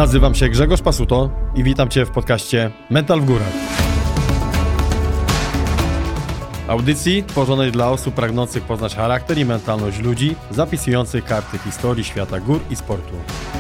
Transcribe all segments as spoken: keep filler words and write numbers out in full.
Nazywam się Grzegorz Pasuto i witam Cię w podcaście Mental w Górach. Audycji tworzonej dla osób pragnących poznać charakter i mentalność ludzi, zapisujących karty historii świata gór i sportu.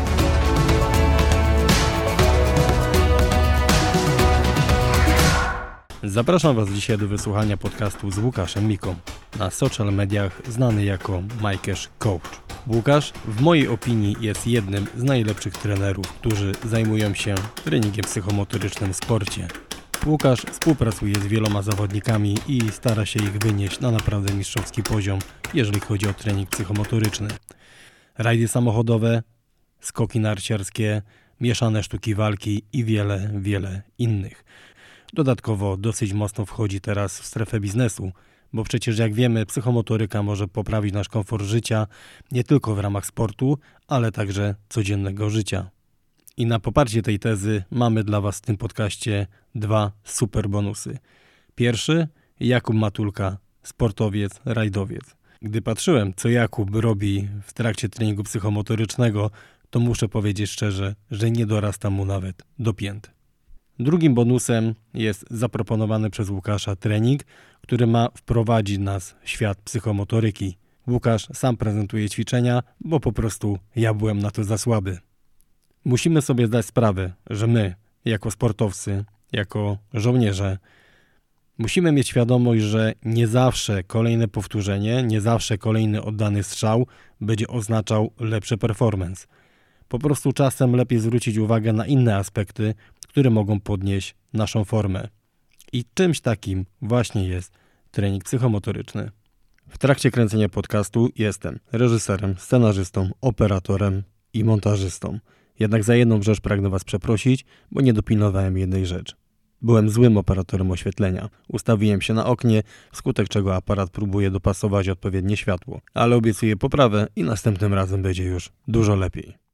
Zapraszam Was dzisiaj do wysłuchania podcastu z Łukaszem Miką, na social mediach znany jako Majkesz Coach. Łukasz w mojej opinii jest jednym z najlepszych trenerów, którzy zajmują się treningiem psychomotorycznym w sporcie. Łukasz współpracuje z wieloma zawodnikami i stara się ich wynieść na naprawdę mistrzowski poziom, jeżeli chodzi o trening psychomotoryczny. Rajdy samochodowe, skoki narciarskie, mieszane sztuki walki i wiele, wiele innych. Dodatkowo dosyć mocno wchodzi teraz w strefę biznesu, bo przecież jak wiemy, psychomotoryka może poprawić nasz komfort życia nie tylko w ramach sportu, ale także codziennego życia. I na poparcie tej tezy mamy dla Was w tym podcaście dwa super bonusy. Pierwszy, Jakub Matulka, sportowiec, rajdowiec. Gdy patrzyłem, co Jakub robi w trakcie treningu psychomotorycznego, to muszę powiedzieć szczerze, że nie dorasta mu nawet do pięt. Drugim bonusem jest zaproponowany przez Łukasza trening, który ma wprowadzić nas w świat psychomotoryki. Łukasz sam prezentuje ćwiczenia, bo po prostu ja byłem na to za słaby. Musimy sobie zdać sprawę, że my, jako sportowcy, jako żołnierze, musimy mieć świadomość, że nie zawsze kolejne powtórzenie, nie zawsze kolejny oddany strzał będzie oznaczał lepszy performance. Po prostu czasem lepiej zwrócić uwagę na inne aspekty, które mogą podnieść naszą formę. I czymś takim właśnie jest trening psychomotoryczny. W trakcie kręcenia podcastu jestem reżyserem, scenarzystą, operatorem i montażystą. Jednak za jedną rzecz pragnę Was przeprosić, bo nie dopilnowałem jednej rzeczy. Byłem złym operatorem oświetlenia. Ustawiłem się na oknie, wskutek czego aparat próbuje dopasować odpowiednie światło. Ale obiecuję poprawę i następnym razem będzie już dużo lepiej.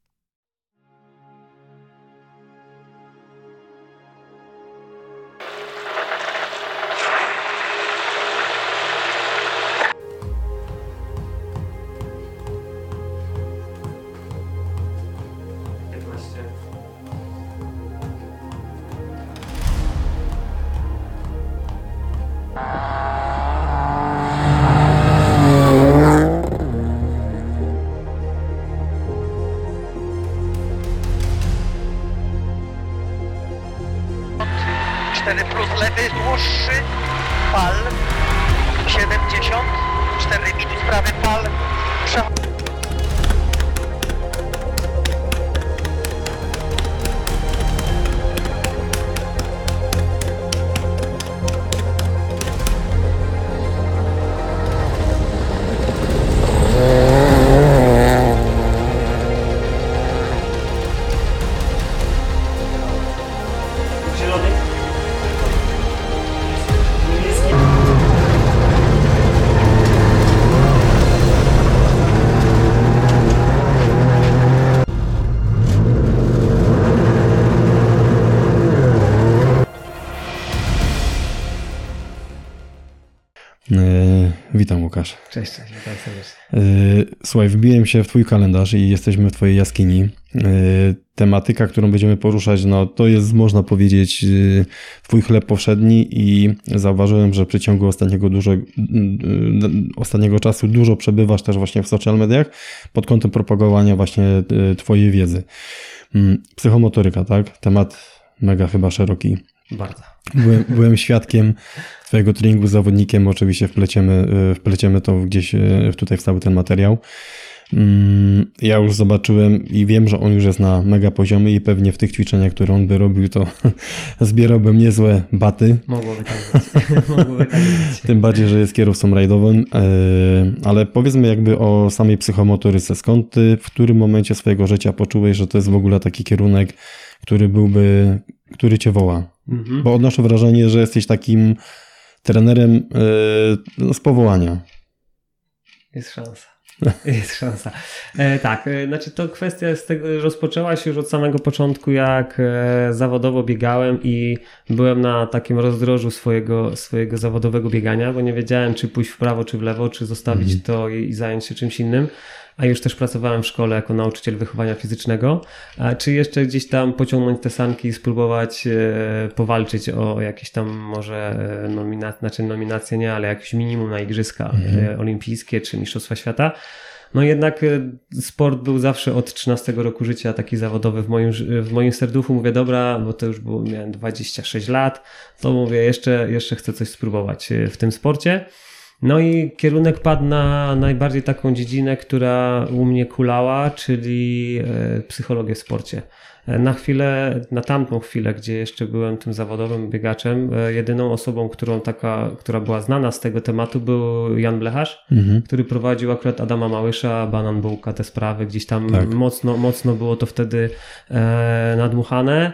cztery plus lewy, dłuższy, pal, siedemdziesiąt, cztery minus prawy, pal, przechodzi. Yy, witam Łukasz. Cześć, cześć, witam serdecznie. Yy, słuchaj, wbiłem się w Twój kalendarz i jesteśmy w Twojej jaskini. Yy, tematyka, którą będziemy poruszać, no to jest, można powiedzieć, yy, Twój chleb powszedni i zauważyłem, że w przeciągu ostatniego, dużo, yy, ostatniego czasu dużo przebywasz też właśnie w social mediach pod kątem propagowania właśnie yy, Twojej wiedzy. Yy, psychomotoryka, tak? Temat mega chyba szeroki. Bardzo. Byłem, byłem świadkiem Twojego treningu z zawodnikiem, oczywiście wpleciemy, wpleciemy to gdzieś tutaj w cały ten materiał. Ja już zobaczyłem i wiem, że on już jest na mega poziomie i pewnie w tych ćwiczeniach, które on by robił, to zbierałbym niezłe baty. Mogłoby tak być. Mogłoby tak być. Tym bardziej, że jest kierowcą rajdowym. Ale powiedzmy jakby o samej psychomotoryce. Skąd Ty w którym momencie swojego życia poczułeś, że to jest w ogóle taki kierunek, który byłby, który Cię woła? Mhm. Bo odnoszę wrażenie, że jesteś takim trenerem yy, z powołania. Jest szansa. Jest szansa. E, tak, e, znaczy to kwestia z tego, rozpoczęła się już od samego początku, jak e, zawodowo biegałem i byłem na takim rozdrożu swojego, swojego zawodowego biegania, bo nie wiedziałem, czy pójść w prawo, czy w lewo, czy zostawić mhm. to i, i zająć się czymś innym. a już też pracowałem w szkole jako nauczyciel wychowania fizycznego, czy jeszcze gdzieś tam pociągnąć te sanki i spróbować powalczyć o jakieś tam może nominacje, znaczy nominacje nie, ale jakieś minimum na igrzyska mhm. olimpijskie czy mistrzostwa świata. No jednak sport był zawsze od trzynastego roku życia taki zawodowy w moim, w moim serduchu. Mówię, dobra, bo to już było, miałem dwadzieścia sześć lat, to mówię, jeszcze, jeszcze chcę coś spróbować w tym sporcie. No i kierunek padł na najbardziej taką dziedzinę, która u mnie kulała, czyli psychologię w sporcie. Na chwilę, na tamtą chwilę, gdzie jeszcze byłem tym zawodowym biegaczem, jedyną osobą, którą taka, która była znana z tego tematu, był Jan Blecharz, mhm. który prowadził akurat Adama Małysza, Banan Bułka, te sprawy. Gdzieś tam tak. mocno, mocno było to wtedy e, nadmuchane.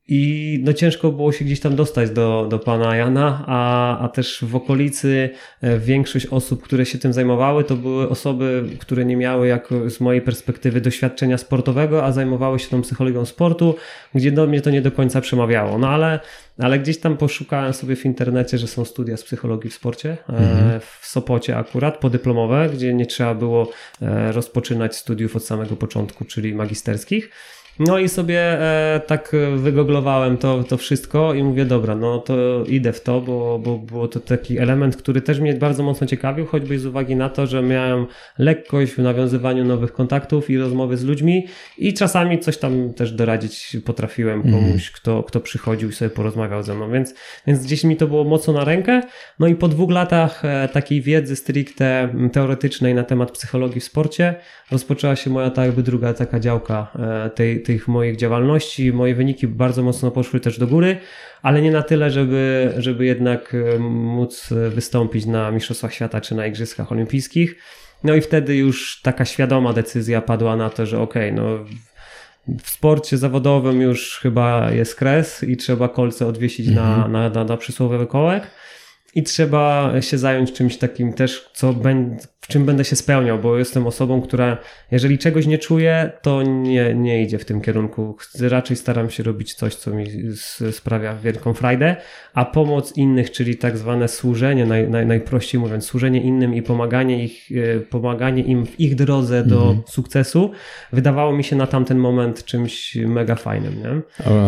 I no ciężko było się gdzieś tam dostać do, do pana Jana, a, a też w okolicy większość osób, które się tym zajmowały, to były osoby, które nie miały jako z mojej perspektywy doświadczenia sportowego, a zajmowały się tą psychologią sportu, gdzie do mnie to nie do końca przemawiało. No ale, ale gdzieś tam poszukałem sobie w internecie, że są studia z psychologii w sporcie, mhm. w Sopocie akurat, podyplomowe, gdzie nie trzeba było rozpoczynać studiów od samego początku, czyli magisterskich. No i sobie e, tak wygooglowałem to, to wszystko i mówię, dobra, no to idę w to, bo, bo było to taki element, który też mnie bardzo mocno ciekawił, choćby z uwagi na to, że miałem lekkość w nawiązywaniu nowych kontaktów i rozmowy z ludźmi i czasami coś tam też doradzić potrafiłem komuś, mm. kto, kto przychodził i sobie porozmawiał ze mną, więc, więc gdzieś mi to było mocno na rękę. No i po dwóch latach e, takiej wiedzy stricte teoretycznej na temat psychologii w sporcie rozpoczęła się moja tak jakby druga taka działka e, tej tych moich działalności. Moje wyniki bardzo mocno poszły też do góry, ale nie na tyle, żeby, żeby jednak móc wystąpić na Mistrzostwach Świata czy na Igrzyskach Olimpijskich. No i wtedy już taka świadoma decyzja padła na to, że okej, okay, no w sporcie zawodowym już chyba jest kres i trzeba kolce odwiesić mhm. na, na, na, na przysłowiowy kołek. I trzeba się zająć czymś takim też, co ben, w czym będę się spełniał, bo jestem osobą, która jeżeli czegoś nie czuje, to nie, nie idzie w tym kierunku. Raczej staram się robić coś, co mi sprawia wielką frajdę, a pomoc innych, czyli tak zwane służenie, naj, naj, najprościej mówiąc, służenie innym i pomaganie, ich, pomaganie im w ich drodze do mhm. sukcesu, wydawało mi się na tamten moment czymś mega fajnym. Nie?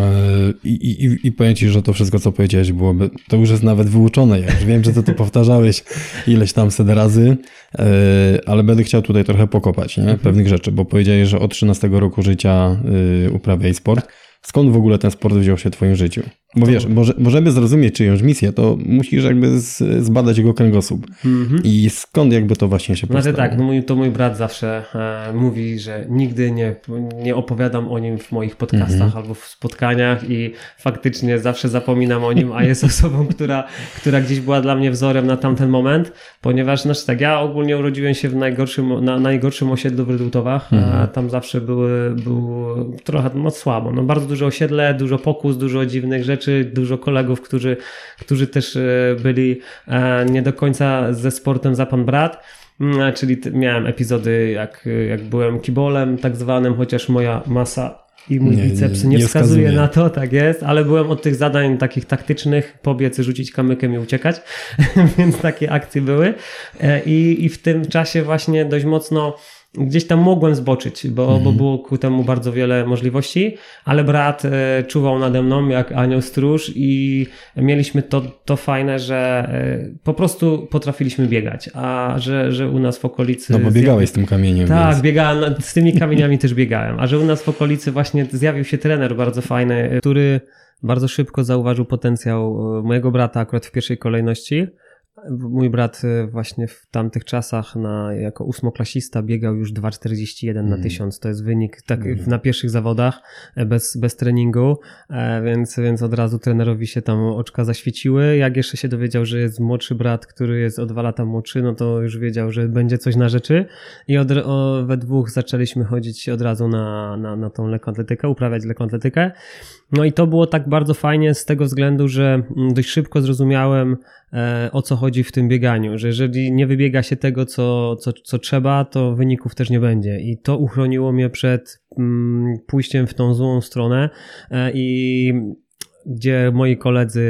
I, i, I powiem Ci, że to wszystko, co powiedziałeś, byłoby, to już jest nawet wyuczone. Ja już wiem, że to ty powtarzałeś ileś tam set razy, ale będę chciał tutaj trochę pokopać nie? pewnych rzeczy, bo powiedziałeś, że od trzynastego roku życia uprawiaj sport. Skąd w ogóle ten sport wziął się w twoim życiu? Bo wiesz, może, możemy zrozumieć czyjąś misję, to musisz jakby z, zbadać jego kręgosłup. Mm-hmm. I skąd jakby to właśnie się powstało? Znaczy tak, no mój, to mój brat zawsze e, mówi, że nigdy nie, nie opowiadam o nim w moich podcastach mm-hmm. albo w spotkaniach i faktycznie zawsze zapominam o nim, a jest osobą, która, która gdzieś była dla mnie wzorem na tamten moment, ponieważ znaczy tak, ja ogólnie urodziłem się w najgorszym, na najgorszym osiedlu w Rydultowach, mm-hmm. a tam zawsze były, było trochę no, słabo, no bardzo duże osiedle, dużo pokus, dużo dziwnych rzeczy, dużo kolegów, którzy, którzy też byli nie do końca ze sportem za pan brat, czyli miałem epizody jak, jak byłem kibolem tak zwanym, chociaż moja masa i mój nie, biceps nie, nie, nie wskazuje wskazuje na to, tak jest, ale byłem od tych zadań takich taktycznych, pobiec, rzucić kamykiem i uciekać, więc takie akcje były i, i w tym czasie właśnie dość mocno gdzieś tam mogłem zboczyć, bo, mhm. bo było ku temu bardzo wiele możliwości, ale brat e, czuwał nade mną jak anioł stróż i mieliśmy to, to fajne, że e, po prostu potrafiliśmy biegać, a że, że u nas w okolicy... No bo biegałeś z tym kamieniem. Tak, więc... biegałem, z tymi kamieniami też biegałem, a że u nas w okolicy właśnie zjawił się trener bardzo fajny, który bardzo szybko zauważył potencjał mojego brata akurat w pierwszej kolejności. Mój brat właśnie w tamtych czasach na, jako ósmoklasista biegał już dwa czterdzieści jeden mm. na tysiąc. To jest wynik tak mm. na pierwszych zawodach bez, bez treningu, więc, więc od razu trenerowi się tam oczka zaświeciły. Jak jeszcze się dowiedział, że jest młodszy brat, który jest o dwa lata młodszy, no to już wiedział, że będzie coś na rzeczy i od, o, we dwóch zaczęliśmy chodzić od razu na, na, na tą lekkoatletykę, uprawiać lekkoatletykę. No i to było tak bardzo fajnie z tego względu, że dość szybko zrozumiałem, o co chodzi w tym bieganiu, że jeżeli nie wybiega się tego, co, co, co trzeba, to wyników też nie będzie i to uchroniło mnie przed mm, pójściem w tą złą stronę i gdzie moi koledzy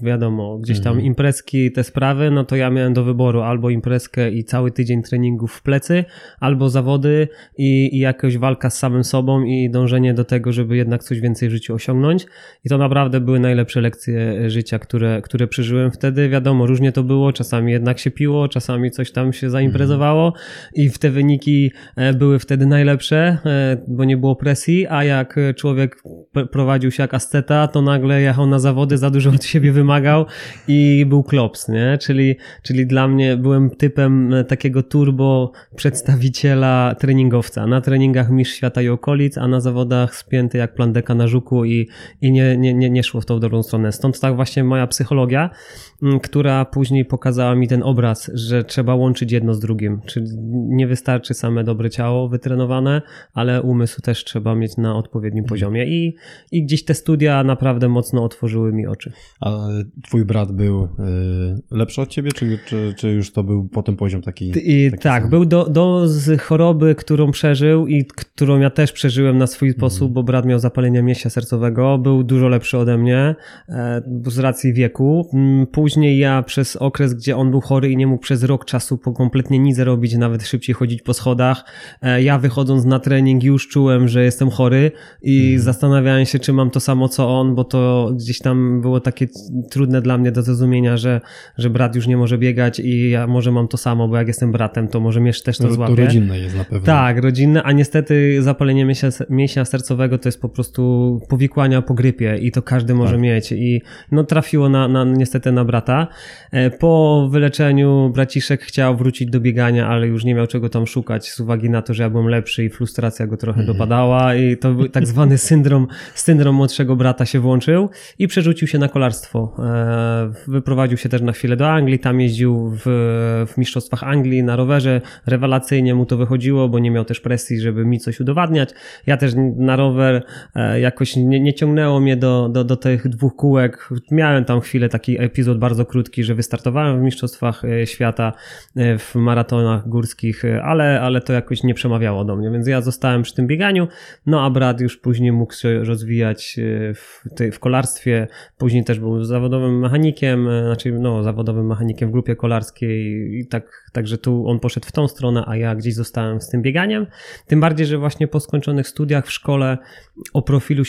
wiadomo, gdzieś tam Mhm. imprezki, te sprawy, no to ja miałem do wyboru albo imprezkę i cały tydzień treningów w plecy, albo zawody i, i jakaś walka z samym sobą i dążenie do tego, żeby jednak coś więcej w życiu osiągnąć. I to naprawdę były najlepsze lekcje życia, które, które przeżyłem wtedy. Wiadomo, różnie to było, czasami jednak się piło, czasami coś tam się zaimprezowało i w te wyniki e, były wtedy najlepsze, e, bo nie było presji, a jak człowiek p- prowadził się jak asceta, to nagle jechał na zawody, za dużo od siebie wymagał i był klops, nie? Czyli, czyli dla mnie byłem typem takiego turbo przedstawiciela treningowca. Na treningach mistrz świata i okolic, a na zawodach spięty jak plandeka na żuku i, i nie, nie, nie, nie szło w tą dobrą stronę. Stąd tak właśnie moja psychologia, m, która później pokazała mi ten obraz, że trzeba łączyć jedno z drugim. Czyli nie wystarczy same dobre ciało wytrenowane, ale umysł też trzeba mieć na odpowiednim poziomie i, i gdzieś te studia naprawdę mocno otworzyły mi oczy. A twój brat był y, lepszy od ciebie, czy, czy, czy już to był potem poziom taki? I taki tak, sam? był do, do z choroby, którą przeżył i którą ja też przeżyłem na swój sposób, bo brat miał zapalenie mięśnia sercowego, był dużo lepszy ode mnie e, z racji wieku. Mm, Później ja przez okres, gdzie on był chory i nie mógł przez rok czasu po kompletnie nic robić, nawet szybciej chodzić po schodach, e, ja wychodząc na trening już czułem, że jestem chory i Mhm. zastanawiałem się, czy mam to samo co on, bo to gdzieś tam było takie trudne dla mnie do zrozumienia, że, że brat już nie może biegać i ja może mam to samo, bo jak jestem bratem, to może mnie też to No, to złapie. rodzinne jest na pewno. Tak, rodzinne, a niestety zapalenie mięśnia, mięśnia sercowego to jest po prostu powikłania po grypie i to każdy może Tak. mieć i no trafiło na, na, niestety na brata. E, Po wyleczeniu braciszek chciał wrócić do biegania, ale już nie miał czego tam szukać z uwagi na to, że ja byłem lepszy i frustracja go trochę Mhm. dopadała i to był tak zwany syndrom, syndrom młodszego brata się włączył i przerzucił się na kolarstwo. E, Wyprowadził się też na chwilę do Anglii, tam jeździł w, w mistrzostwach Anglii na rowerze, rewelacyjnie mu to wychodziło, bo nie miał też presji, żeby mi coś udowadniać. Ja też na rower e, jakoś nie, nie ciągnęło mnie do, do, do tych dwóch kółek. Miałem tam chwilę taki epizod bardzo krótki, że wystartowałem w mistrzostwach e, świata e, w maratonach górskich, e, ale, ale to jakoś nie przemawiało do mnie, więc ja zostałem przy tym bieganiu, no a brat już później mógł się rozwijać e, w, tej, w kolarstwie, później też był zawodowym mechanikiem, e, znaczy no zawodowym mechanikiem w grupie kolarskiej i tak, także tu on poszedł w tą stronę, a ja gdzieś zostałem z tym bieganiem, tym bardziej, że właśnie po skończonych studiach w szkole o profilu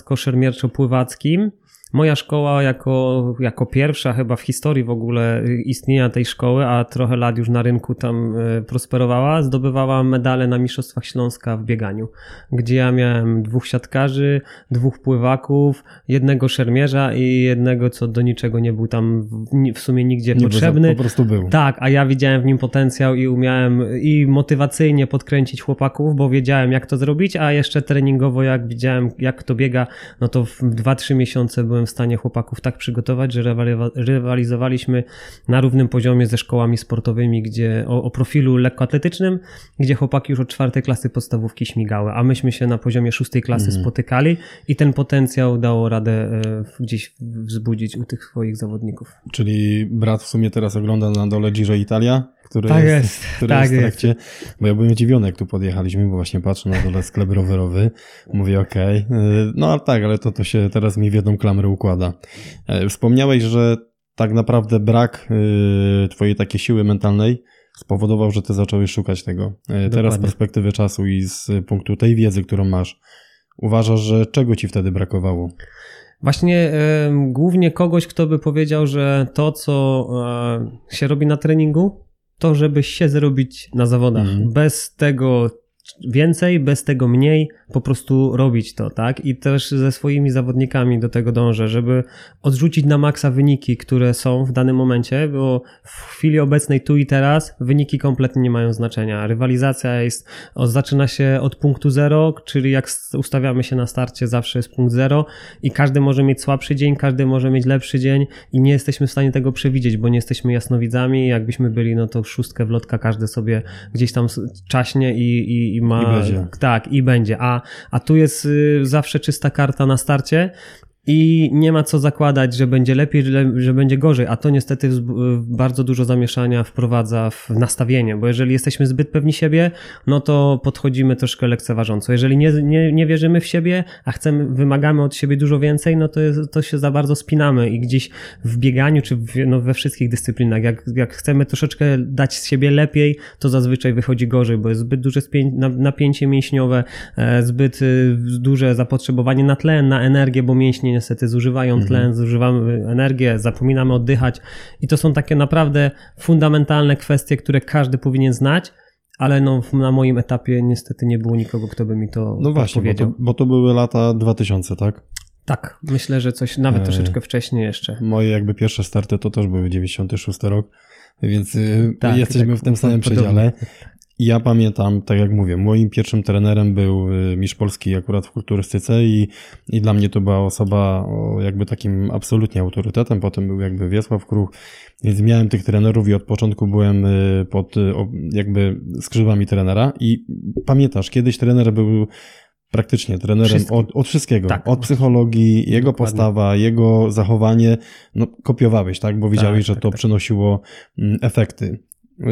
siatkarsko-szermierczo-pływackim moja szkoła jako, jako pierwsza chyba w historii w ogóle istnienia tej szkoły, a trochę lat już na rynku tam y, prosperowała, zdobywała medale na Mistrzostwach Śląska w bieganiu, gdzie ja miałem dwóch siatkarzy, dwóch pływaków, jednego szermierza i jednego, co do niczego nie był tam w, w sumie nigdzie Nie, potrzebny. po prostu był. Tak, a ja widziałem w nim potencjał i umiałem i motywacyjnie podkręcić chłopaków, bo wiedziałem jak to zrobić, a jeszcze treningowo jak widziałem jak to biega, no to w dwa trzy miesiące byłem w stanie chłopaków tak przygotować, że rywali- rywalizowaliśmy na równym poziomie ze szkołami sportowymi, gdzie o, o profilu lekkoatletycznym, gdzie chłopaki już od czwartej klasy podstawówki śmigały, a myśmy się na poziomie szóstej klasy Mhm. spotykali i ten potencjał dało radę e, gdzieś wzbudzić u tych swoich zawodników. Czyli brat w sumie teraz ogląda na dole Giro Italia, który Tak jest, jest, który tak jest w trakcie, bo ja byłem zdziwiony, jak tu podjechaliśmy, bo właśnie patrzę na dole sklep rowerowy, mówię okej, okay. No ale tak, ale to, to się teraz mi w jedną klamrę układa. Wspomniałeś, że tak naprawdę brak y, twojej takiej siły mentalnej spowodował, że ty zacząłeś szukać tego. Teraz Dokładnie. z perspektywy czasu i z punktu tej wiedzy, którą masz, uważasz, że czego ci wtedy brakowało? Właśnie y, głównie kogoś, kto by powiedział, że to, co y, się robi na treningu, to żeby się zrobić na zawodach. Mhm. Bez tego więcej, bez tego mniej, po prostu robić to, tak? I też ze swoimi zawodnikami do tego dążę, żeby odrzucić na maksa wyniki, które są w danym momencie, bo w chwili obecnej tu i teraz wyniki kompletnie nie mają znaczenia. Rywalizacja jest, o, zaczyna się od punktu zero, czyli jak ustawiamy się na starcie, zawsze jest punkt zero i każdy może mieć słabszy dzień, każdy może mieć lepszy dzień i nie jesteśmy w stanie tego przewidzieć, bo nie jesteśmy jasnowidzami. Jakbyśmy byli, no to szóstkę w lotka każdy sobie gdzieś tam czaśnie i, i, i ma... I będzie. Tak, i będzie. A, a tu jest y, zawsze czysta karta na starcie i nie ma co zakładać, że będzie lepiej, że będzie gorzej, a to niestety bardzo dużo zamieszania wprowadza w nastawienie, bo jeżeli jesteśmy zbyt pewni siebie, no to podchodzimy troszkę lekceważąco. Jeżeli nie, nie, nie wierzymy w siebie, a chcemy, wymagamy od siebie dużo więcej, no to, jest, to się za bardzo spinamy i gdzieś w bieganiu, czy w, no we wszystkich dyscyplinach, jak, jak chcemy troszeczkę dać z siebie lepiej, to zazwyczaj wychodzi gorzej, bo jest zbyt duże spię- napięcie mięśniowe, zbyt duże zapotrzebowanie na tlen, na energię, bo mięśnie niestety zużywają tlen, mhm. zużywamy energię, zapominamy oddychać i to są takie naprawdę fundamentalne kwestie, które każdy powinien znać, ale no na moim etapie niestety nie było nikogo, kto by mi to No właśnie, bo to, bo to były lata dwa tysiące, tak? Tak, myślę, że coś nawet troszeczkę wcześniej jeszcze. Moje jakby pierwsze starty to też były dziewięćdziesiąty szósty rok, więc tak, jesteśmy tak, w tym samym przedziale. Ja pamiętam, tak jak mówię, moim pierwszym trenerem był mistrz Polski akurat w kulturystyce i, i dla mnie to była osoba o jakby takim absolutnie autorytetem, potem był jakby Wiesław Kruch, więc miałem tych trenerów i od początku byłem pod jakby skrzydłami trenera i pamiętasz, kiedyś trener był praktycznie trenerem od, od wszystkiego, tak, od psychologii, jego dokładnie. Postawa, jego zachowanie, no kopiowałeś, tak, bo widziałeś, tak, że tak, to tak. przynosiło efekty.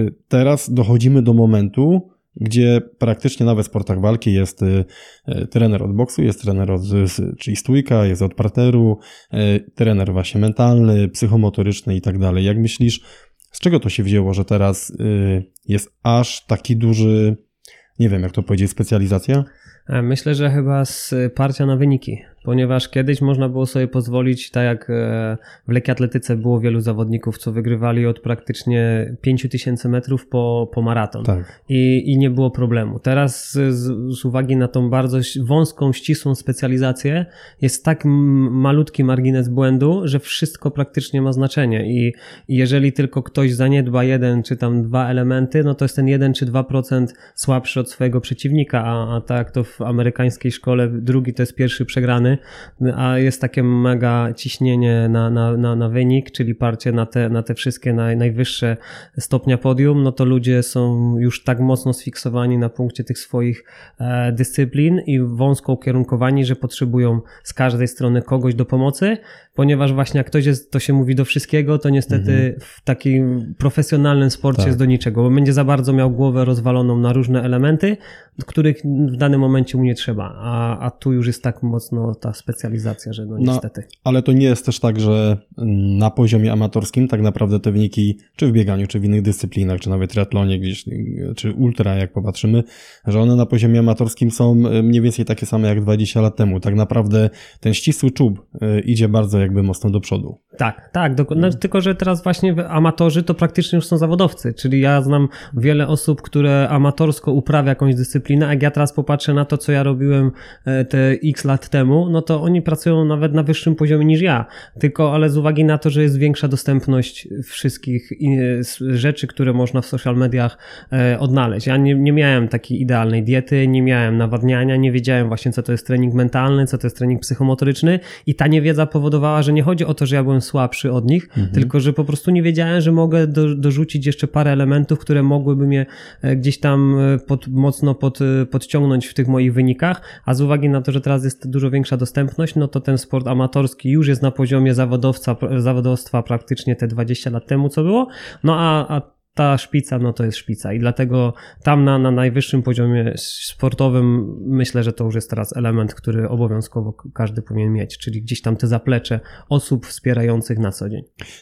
Teraz dochodzimy do momentu, gdzie praktycznie nawet w sportach walki jest trener od boksu, jest trener od, czyli stójka, jest od parteru, trener właśnie mentalny, psychomotoryczny i tak dalej. Jak myślisz, z czego to się wzięło, że teraz jest aż taki duży, nie wiem jak to powiedzieć, specjalizacja? Myślę, że chyba z parcia na wyniki, ponieważ kiedyś można było sobie pozwolić, tak jak w lekkiej atletyce było wielu zawodników, co wygrywali od praktycznie pięć tysięcy metrów po, po maraton tak. I, i nie było problemu. Teraz z, z uwagi na tą bardzo wąską, ścisłą specjalizację jest tak malutki margines błędu, że wszystko praktycznie ma znaczenie i, i jeżeli tylko ktoś zaniedba jeden czy tam dwa elementy, no to jest ten jeden czy dwa procent słabszy od swojego przeciwnika, a, a tak to w amerykańskiej szkole drugi to jest pierwszy przegrany, a jest takie mega ciśnienie na, na, na, na wynik, czyli parcie na te, na te wszystkie naj, najwyższe stopnia podium, no to ludzie są już tak mocno sfiksowani na punkcie tych swoich e, dyscyplin i wąsko ukierunkowani, że potrzebują z każdej strony kogoś do pomocy, ponieważ właśnie jak ktoś jest, to się mówi do wszystkiego, to niestety mhm. w takim profesjonalnym sporcie tak. jest do niczego, bo będzie za bardzo miał głowę rozwaloną na różne elementy, których w danym momencie mu nie trzeba, a, a tu już jest tak mocno ta specjalizacja, że no niestety. No, ale to nie jest też tak, że na poziomie amatorskim tak naprawdę te wyniki, czy w bieganiu, czy w innych dyscyplinach, czy nawet triatlonie gdzieś, czy ultra, jak popatrzymy, że one na poziomie amatorskim są mniej więcej takie same jak dwadzieścia lat temu. Tak naprawdę ten ścisły czub idzie bardzo jakby mocno do przodu. Tak, tak, do, no, tylko że teraz właśnie amatorzy to praktycznie już są zawodowcy, czyli ja znam wiele osób, które amatorsko uprawia jakąś dyscyplinę, a jak ja teraz popatrzę na to, co ja robiłem te x lat temu, no to oni pracują nawet na wyższym poziomie niż ja, tylko ale z uwagi na to, że jest większa dostępność wszystkich rzeczy, które można w social mediach odnaleźć. Ja nie, nie miałem takiej idealnej diety, nie miałem nawadniania, nie wiedziałem właśnie, co to jest trening mentalny, co to jest trening psychomotoryczny i ta niewiedza powodowała, że nie chodzi o to, że ja byłem słabszy od nich, mhm. tylko że po prostu nie wiedziałem, że mogę do, dorzucić jeszcze parę elementów, które mogłyby mnie gdzieś tam pod, mocno pod, podciągnąć w tych moich wynikach, a z uwagi na to, że teraz jest dużo większa dostępność, no to ten sport amatorski już jest na poziomie zawodowca, zawodowstwa praktycznie te dwadzieścia lat temu, co było, no a, a ta szpica, no to jest szpica i dlatego tam na, na najwyższym poziomie sportowym myślę, że to już jest teraz element, który obowiązkowo każdy powinien mieć, czyli gdzieś tam te zaplecze osób wspierających na co dzień.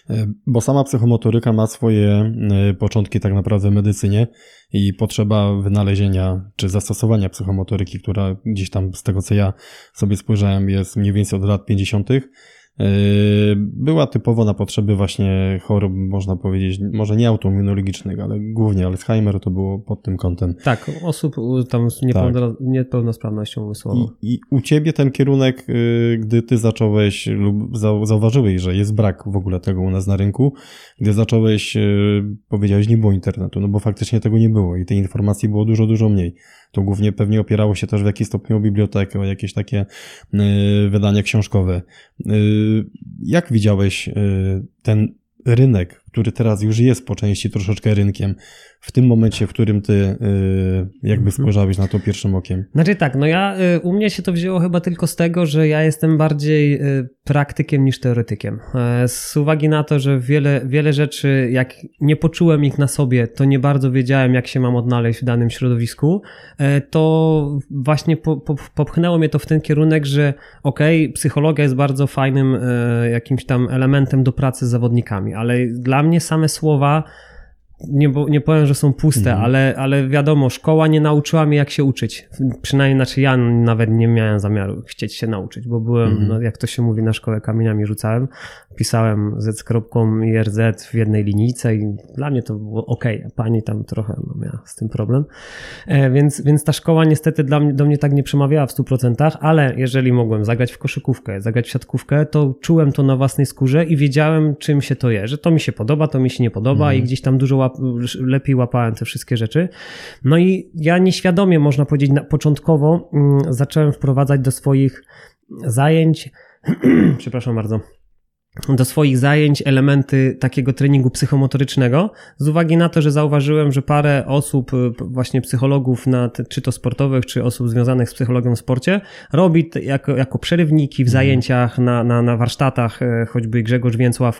Bo sama psychomotoryka ma swoje początki tak naprawdę w medycynie i potrzeba wynalezienia czy zastosowania psychomotoryki, która gdzieś tam z tego co ja sobie spojrzałem jest mniej więcej od lat pięćdziesiątych. Była typowo na potrzeby właśnie chorób, można powiedzieć, może nie autoimmunologicznych, ale głównie Alzheimer to było pod tym kątem. Tak, osób tam z niepełno, tak. niepełnosprawnością umysłową. I, I u ciebie ten kierunek, gdy ty zacząłeś lub zauważyłeś, że jest brak w ogóle tego u nas na rynku, gdy zacząłeś, powiedziałeś, nie było internetu, no bo faktycznie tego nie było i tej informacji było dużo, dużo mniej. To głównie pewnie opierało się też w jakiś stopniu o bibliotekę, o jakieś takie y, wydania książkowe. Y, jak widziałeś y, ten rynek, który teraz już jest po części troszeczkę rynkiem, w tym momencie, w którym ty yy, jakby spojrzałeś na to pierwszym okiem? Znaczy tak, no ja, y, u mnie się to wzięło chyba tylko z tego, że ja jestem bardziej y, praktykiem niż teoretykiem. Y, z uwagi na to, że wiele, wiele rzeczy, jak nie poczułem ich na sobie, to nie bardzo wiedziałem, jak się mam odnaleźć w danym środowisku, y, to właśnie po, po, popchnęło mnie to w ten kierunek, że okej, okay, psychologia jest bardzo fajnym y, jakimś tam elementem do pracy z zawodnikami, ale dla mnie same słowa Nie, bo, nie powiem, że są puste, mhm. ale, ale wiadomo, szkoła nie nauczyła mnie, jak się uczyć. Przynajmniej, znaczy ja nawet nie miałem zamiaru chcieć się nauczyć, bo byłem, mhm. no, jak to się mówi, na szkołę kamieniami rzucałem. Pisałem z kropką i er zet w jednej linijce i dla mnie to było okej, a pani tam trochę no, miała z tym problem. E, więc, więc ta szkoła niestety dla mnie, do mnie tak nie przemawiała w stu procentach, ale jeżeli mogłem zagrać w koszykówkę, zagrać w siatkówkę, to czułem to na własnej skórze i wiedziałem, czym się to je, że to mi się podoba, to mi się nie podoba mhm. i gdzieś tam dużo łap, lepiej łapałem te wszystkie rzeczy. No i ja nieświadomie, można powiedzieć, na, początkowo mm, zacząłem wprowadzać do swoich zajęć, przepraszam bardzo, do swoich zajęć elementy takiego treningu psychomotorycznego z uwagi na to, że zauważyłem, że parę osób, właśnie psychologów, na te, czy to sportowych, czy osób związanych z psychologią w sporcie, robi jako, jako przerywniki w zajęciach, na, na, na warsztatach, choćby Grzegorz Więcław,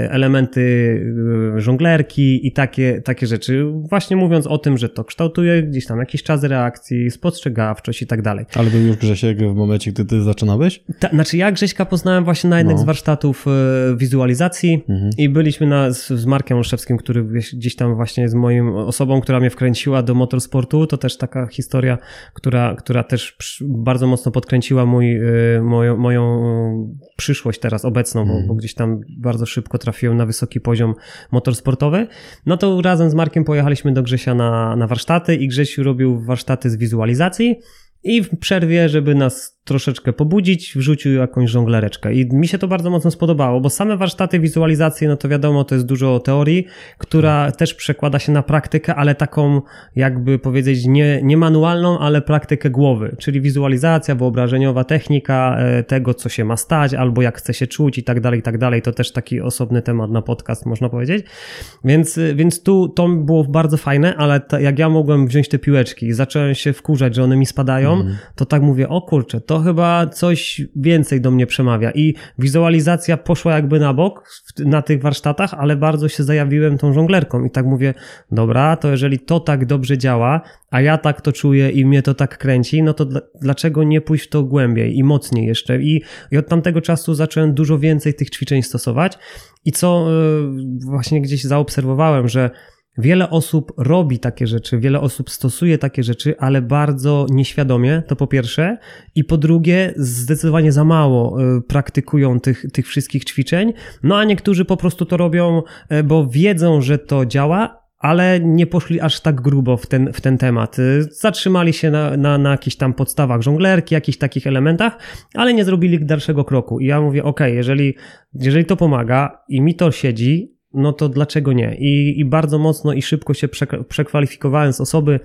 elementy żonglerki i takie, takie rzeczy, właśnie mówiąc o tym, że to kształtuje gdzieś tam jakiś czas reakcji, spostrzegawczość i tak dalej. Ale był już Grzesiek w momencie, gdy ty zaczynałeś? Ta, znaczy ja Grześka poznałem właśnie na jednym no. z warsztatów wizualizacji mhm. i byliśmy na, z, z Markiem Olszewskim, który gdzieś tam właśnie jest moją osobą, która mnie wkręciła do motorsportu. To też taka historia, która, która też bardzo mocno podkręciła mój, moją, moją przyszłość teraz obecną, mhm. bo, bo gdzieś tam bardzo szybko trafiłem na wysoki poziom motorsportowy. No to razem z Markiem pojechaliśmy do Grzesia na, na warsztaty i Grzesiu robił warsztaty z wizualizacji i w przerwie, żeby nas troszeczkę pobudzić, wrzucił jakąś żonglereczkę. I mi się to bardzo mocno spodobało, bo same warsztaty wizualizacji, no to wiadomo, to jest dużo teorii, która też przekłada się na praktykę, ale taką, jakby powiedzieć, nie, nie manualną, ale praktykę głowy, czyli wizualizacja, wyobrażeniowa technika tego, co się ma stać, albo jak chce się czuć i tak dalej, i tak dalej. To też taki osobny temat na podcast, można powiedzieć. Więc, więc tu to było bardzo fajne, ale ta, jak ja mogłem wziąć te piłeczki i zacząłem się wkurzać, że one mi spadają, mm. to tak mówię, o kurczę, to chyba coś więcej do mnie przemawia i wizualizacja poszła jakby na bok na tych warsztatach, ale bardzo się zajawiłem tą żonglerką i tak mówię, dobra, to jeżeli to tak dobrze działa, a ja tak to czuję i mnie to tak kręci, no to dl- dlaczego nie pójść w to głębiej i mocniej jeszcze i, i od tamtego czasu zacząłem dużo więcej tych ćwiczeń stosować i co yy, właśnie gdzieś zaobserwowałem, że wiele osób robi takie rzeczy, wiele osób stosuje takie rzeczy, ale bardzo nieświadomie, to po pierwsze. I po drugie, zdecydowanie za mało y, praktykują tych, tych wszystkich ćwiczeń. No a niektórzy po prostu to robią, y, bo wiedzą, że to działa, ale nie poszli aż tak grubo w ten, w ten temat. Zatrzymali się na, na, na jakichś tam podstawach żonglerki, jakichś takich elementach, ale nie zrobili dalszego kroku. I ja mówię, okej, okay, jeżeli, jeżeli to pomaga i mi to siedzi, no to dlaczego nie? I, i bardzo mocno i szybko się przekwalifikowałem z osoby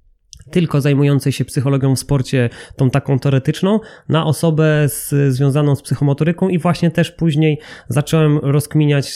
tylko zajmującej się psychologią w sporcie, tą taką teoretyczną, na osobę z, związaną z psychomotoryką i właśnie też później zacząłem rozkminiać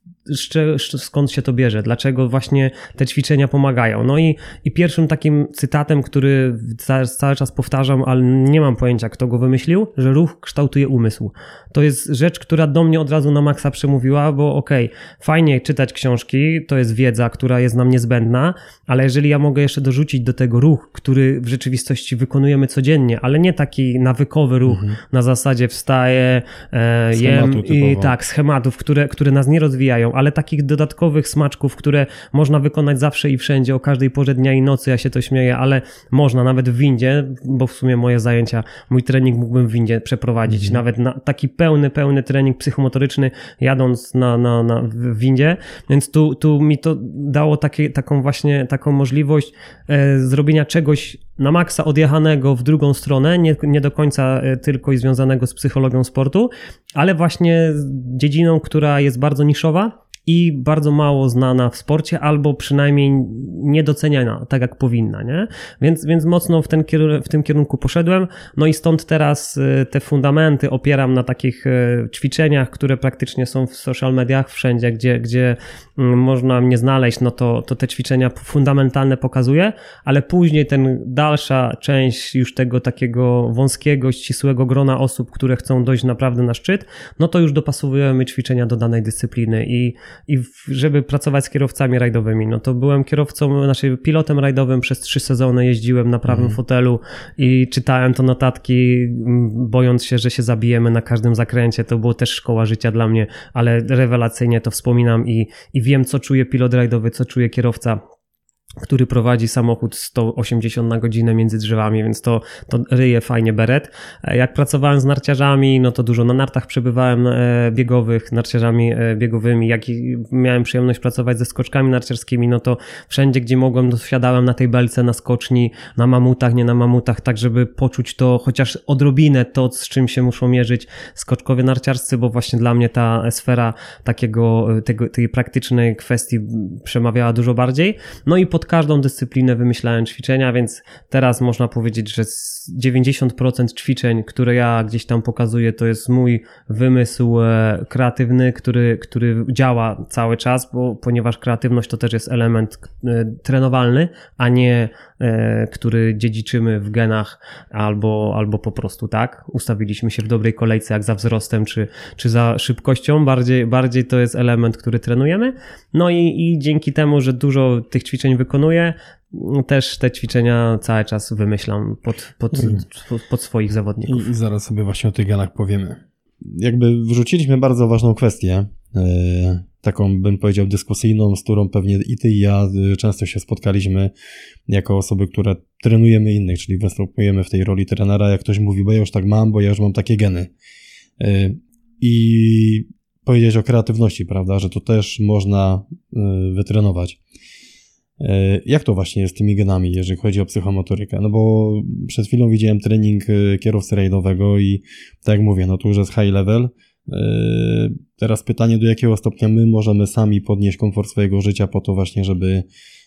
skąd się to bierze, dlaczego właśnie te ćwiczenia pomagają. No i, i pierwszym takim cytatem, który cały, cały czas powtarzam, ale nie mam pojęcia, kto go wymyślił, że ruch kształtuje umysł. To jest rzecz, która do mnie od razu na maksa przemówiła, bo okej, okay, fajnie czytać książki, to jest wiedza, która jest nam niezbędna, ale jeżeli ja mogę jeszcze dorzucić do tego ruch, który w rzeczywistości wykonujemy codziennie, ale nie taki nawykowy ruch, mhm. na zasadzie wstaję, e, jem i tak, schematów, które, które nas nie rozwijają, ale takich dodatkowych smaczków, które można wykonać zawsze i wszędzie, o każdej porze dnia i nocy, ja się to śmieję, ale można nawet w windzie, bo w sumie moje zajęcia, mój trening mógłbym w windzie przeprowadzić, mhm. nawet na taki pełny, pełny trening psychomotoryczny jadąc na, na, na, w windzie, więc tu, tu mi to dało takie, taką właśnie, taką możliwość e, zrobienia czegoś na maksa odjechanego w drugą stronę, nie, nie do końca tylko i związanego z psychologią sportu, ale właśnie z dziedziną, która jest bardzo niszowa i bardzo mało znana w sporcie, albo przynajmniej niedoceniana, tak jak powinna, nie? Więc, więc mocno w, ten kierunek, w tym kierunku poszedłem, no i stąd teraz te fundamenty opieram na takich ćwiczeniach, które praktycznie są w social mediach, wszędzie, gdzie, gdzie można mnie znaleźć, no to, to te ćwiczenia fundamentalne pokazuję, ale później ten dalsza część już tego takiego wąskiego, ścisłego grona osób, które chcą dojść naprawdę na szczyt, no to już dopasowujemy ćwiczenia do danej dyscypliny i, i żeby pracować z kierowcami rajdowymi, no to byłem kierowcą, znaczy pilotem rajdowym przez trzy sezony, jeździłem na prawym mm. fotelu i czytałem to notatki, bojąc się, że się zabijemy na każdym zakręcie, to było też szkoła życia dla mnie, ale rewelacyjnie to wspominam i, i wiem, co czuje pilot rajdowy, co czuje kierowca, który prowadzi samochód sto osiemdziesiąt na godzinę między drzewami, więc to, to ryje fajnie beret. Jak pracowałem z narciarzami, no to dużo na nartach przebywałem biegowych, narciarzami biegowymi, jak i miałem przyjemność pracować ze skoczkami narciarskimi, no to wszędzie, gdzie mogłem, to wsiadałem na tej belce, na skoczni, na mamutach, nie na mamutach, tak żeby poczuć to, chociaż odrobinę to, z czym się muszą mierzyć skoczkowie narciarscy, bo właśnie dla mnie ta sfera takiego, tego, tej praktycznej kwestii przemawiała dużo bardziej. No i pod każdą dyscyplinę wymyślałem ćwiczenia, więc teraz można powiedzieć, że dziewięćdziesiąt procent ćwiczeń, które ja gdzieś tam pokazuję, to jest mój wymysł kreatywny, który, który działa cały czas, bo, ponieważ kreatywność to też jest element trenowalny, a nie który dziedziczymy w genach albo, albo po prostu tak, ustawiliśmy się w dobrej kolejce jak za wzrostem czy, czy za szybkością, bardziej, bardziej to jest element, który trenujemy, no i, i dzięki temu, że dużo tych ćwiczeń wykonuję, też te ćwiczenia cały czas wymyślam pod, pod, pod, pod swoich zawodników. I, I zaraz sobie właśnie o tych genach powiemy. Jakby wrzuciliśmy bardzo ważną kwestię, yy, taką bym powiedział dyskusyjną, z którą pewnie i ty i ja często się spotkaliśmy jako osoby, które trenujemy innych, czyli występujemy w tej roli trenera, jak ktoś mówi, bo ja już tak mam, bo ja już mam takie geny. Yy, I powiedzieć o kreatywności, prawda, że to też można yy, wytrenować. Jak to właśnie jest z tymi genami, jeżeli chodzi o psychomotorykę? No bo przed chwilą widziałem trening kierowcy rajdowego i tak jak mówię, no to już jest high level. Teraz pytanie, do jakiego stopnia my możemy sami podnieść komfort swojego życia po to właśnie, żeby,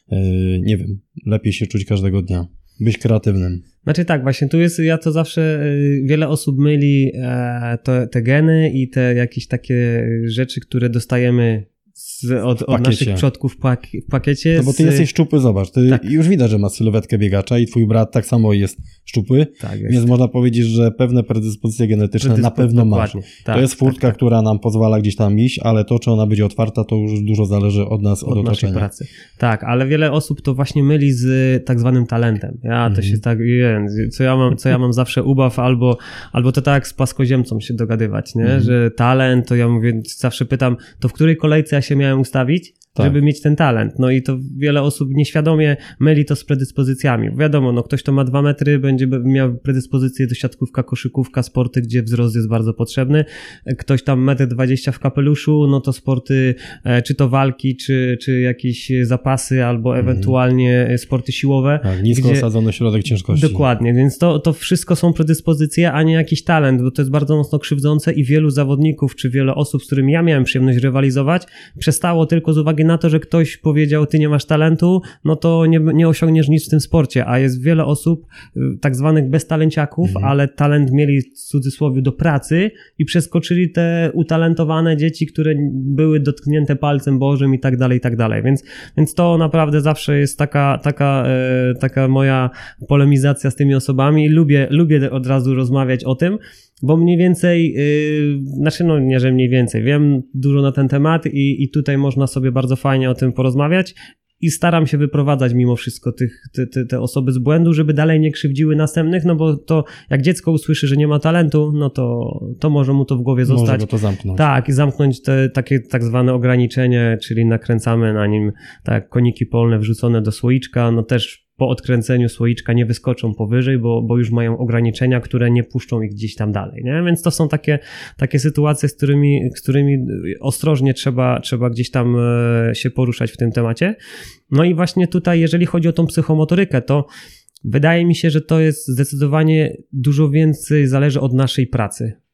nie wiem, lepiej się czuć każdego dnia, być kreatywnym. Znaczy tak, właśnie tu jest, ja to zawsze, wiele osób myli to, te geny i te jakieś takie rzeczy, które dostajemy Z, od, od naszych przodków w, pak, w pakiecie. No bo ty z... jesteś szczupły, zobacz, ty tak. Już widać, że masz sylwetkę biegacza i twój brat tak samo jest szczupły, tak jest. Więc można powiedzieć, że pewne predyspozycje genetyczne Predyspo... na pewno masz. Tak, to jest furtka, tak, tak. która nam pozwala gdzieś tam iść, ale to, czy ona będzie otwarta, to już dużo zależy od nas, od, od otoczenia. Naszej pracy. Tak, ale wiele osób to właśnie myli z tak zwanym talentem. Ja to mm. się tak, co ja mam, co ja mam zawsze ubaw, albo, albo to tak jak z płaskoziemcą się dogadywać, nie? Mm. Że talent, to ja mówię, zawsze pytam, to w której kolejce ja się miałem ustawić, tak, żeby mieć ten talent. No i to wiele osób nieświadomie myli to z predyspozycjami. Wiadomo, no ktoś, kto ma dwa metry, będzie miał predyspozycję do siatkówka, koszykówka, sporty, gdzie wzrost jest bardzo potrzebny. Ktoś tam metr dwadzieścia w kapeluszu, no to sporty, czy to walki, czy, czy jakieś zapasy, albo mhm. ewentualnie sporty siłowe. Tak, nisko gdzie... osadzony środek ciężkości. Dokładnie, więc to, to wszystko są predyspozycje, a nie jakiś talent, bo to jest bardzo mocno krzywdzące i wielu zawodników, czy wiele osób, z którymi ja miałem przyjemność rywalizować, przestało tylko z uwagi na to, że ktoś powiedział, ty nie masz talentu, no to nie, nie osiągniesz nic w tym sporcie, a jest wiele osób, tak zwanych beztalenciaków, mhm. ale talent mieli w cudzysłowie do pracy i przeskoczyli te utalentowane dzieci, które były dotknięte palcem Bożym i tak dalej, i tak dalej, więc, więc to naprawdę zawsze jest taka, taka, e, taka moja polemizacja z tymi osobami. Lubię, lubię od razu rozmawiać o tym, bo mniej więcej, yy, znaczy no nie, że mniej więcej, wiem dużo na ten temat i, i tutaj można sobie bardzo fajnie o tym porozmawiać i staram się wyprowadzać mimo wszystko tych, te, te, te osoby z błędu, żeby dalej nie krzywdziły następnych, no bo to jak dziecko usłyszy, że nie ma talentu, no to, to może mu to w głowie zostać. Może go to zamknąć. Tak, i zamknąć te takie tak zwane ograniczenie, czyli nakręcamy na nim tak koniki polne wrzucone do słoiczka, no też po odkręceniu słoiczka nie wyskoczą powyżej, bo, bo już mają ograniczenia, które nie puszczą ich gdzieś tam dalej, nie? Więc to są takie, takie sytuacje, z którymi, z którymi ostrożnie trzeba, trzeba gdzieś tam się poruszać w tym temacie. No i właśnie tutaj, jeżeli chodzi o tą psychomotorykę, to wydaje mi się, że to jest zdecydowanie dużo więcej zależy od naszej pracy.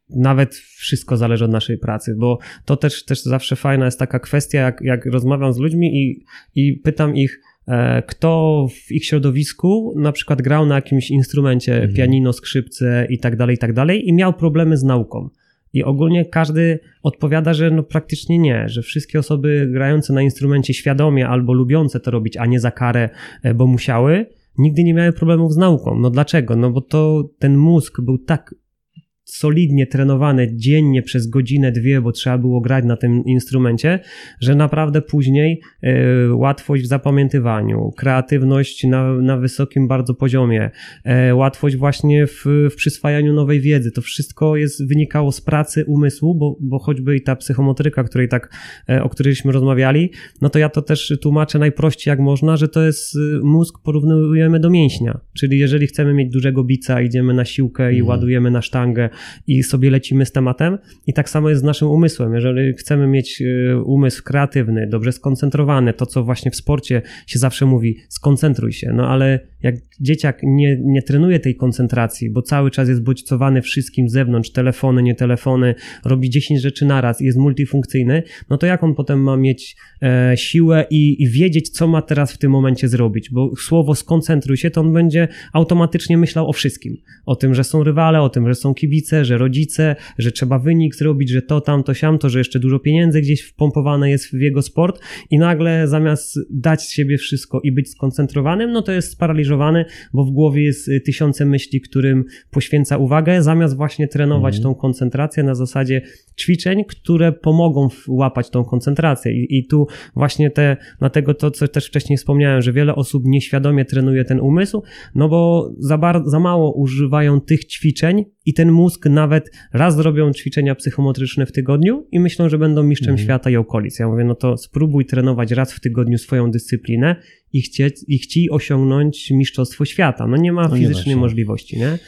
nawet wszystko zależy od naszej pracy, bo to też, też zawsze fajna jest taka kwestia, jak, jak rozmawiam z ludźmi i, i pytam ich, e, kto w ich środowisku na przykład grał na jakimś instrumencie, mhm. pianino, skrzypce i tak dalej, i tak dalej i miał problemy z nauką. I ogólnie każdy odpowiada, że no praktycznie nie, że wszystkie osoby grające na instrumencie świadomie albo lubiące to robić, a nie za karę, bo musiały, nigdy nie miały problemów z nauką. No dlaczego? No bo to ten mózg był tak solidnie trenowany dziennie przez godzinę, dwie, bo trzeba było grać na tym instrumencie, że naprawdę później y, łatwość w zapamiętywaniu, kreatywność na, na wysokim bardzo poziomie, y, łatwość właśnie w, w przyswajaniu nowej wiedzy, to wszystko jest, wynikało z pracy umysłu, bo, bo choćby i ta psychomotryka, której tak, y, o którejśmy rozmawiali, no to ja to też tłumaczę najprościej jak można, że to jest y, mózg porównujemy do mięśnia, czyli jeżeli chcemy mieć dużego bica, idziemy na siłkę i mm. ładujemy na sztangę i sobie lecimy z tematem i tak samo jest z naszym umysłem. Jeżeli chcemy mieć umysł kreatywny, dobrze skoncentrowany, to co właśnie w sporcie się zawsze mówi, skoncentruj się, no ale jak dzieciak nie, nie trenuje tej koncentracji, bo cały czas jest bodźcowany wszystkim z zewnątrz, telefony, nie telefony, robi dziesięć rzeczy naraz i jest multifunkcyjny, no to jak on potem ma mieć e, siłę i, i wiedzieć, co ma teraz w tym momencie zrobić, bo słowo skoncentruj się, to on będzie automatycznie myślał o wszystkim. O tym, że są rywale, o tym, że są kibice, że rodzice, że trzeba wynik zrobić, że to, tamto, siamto, że jeszcze dużo pieniędzy gdzieś wpompowane jest w jego sport i nagle zamiast dać z siebie wszystko i być skoncentrowanym, no to jest sparaliżowany, bo w głowie jest tysiące myśli, którym poświęca uwagę, zamiast właśnie trenować mm. tą koncentrację na zasadzie ćwiczeń, które pomogą łapać tą koncentrację. I, i tu właśnie te, dlatego to, co też wcześniej wspomniałem, że wiele osób nieświadomie trenuje ten umysł, no bo za, bar- za mało używają tych ćwiczeń i ten mózg nawet raz zrobią ćwiczenia psychomotryczne w tygodniu i myślą, że będą mistrzem mm. świata i okolic. Ja mówię, no to spróbuj trenować raz w tygodniu swoją dyscyplinę i chcieć, i chciej osiągnąć mistrzostwo świata. No nie ma no fizycznej nie możliwości, nie?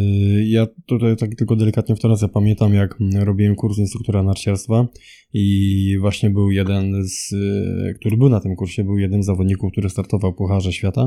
Ja tutaj tak tylko delikatnie wtrącę, pamiętam jak robiłem kurs instruktora narciarstwa i właśnie był jeden z, który był na tym kursie, był jeden z zawodników, który startował w Pucharze Świata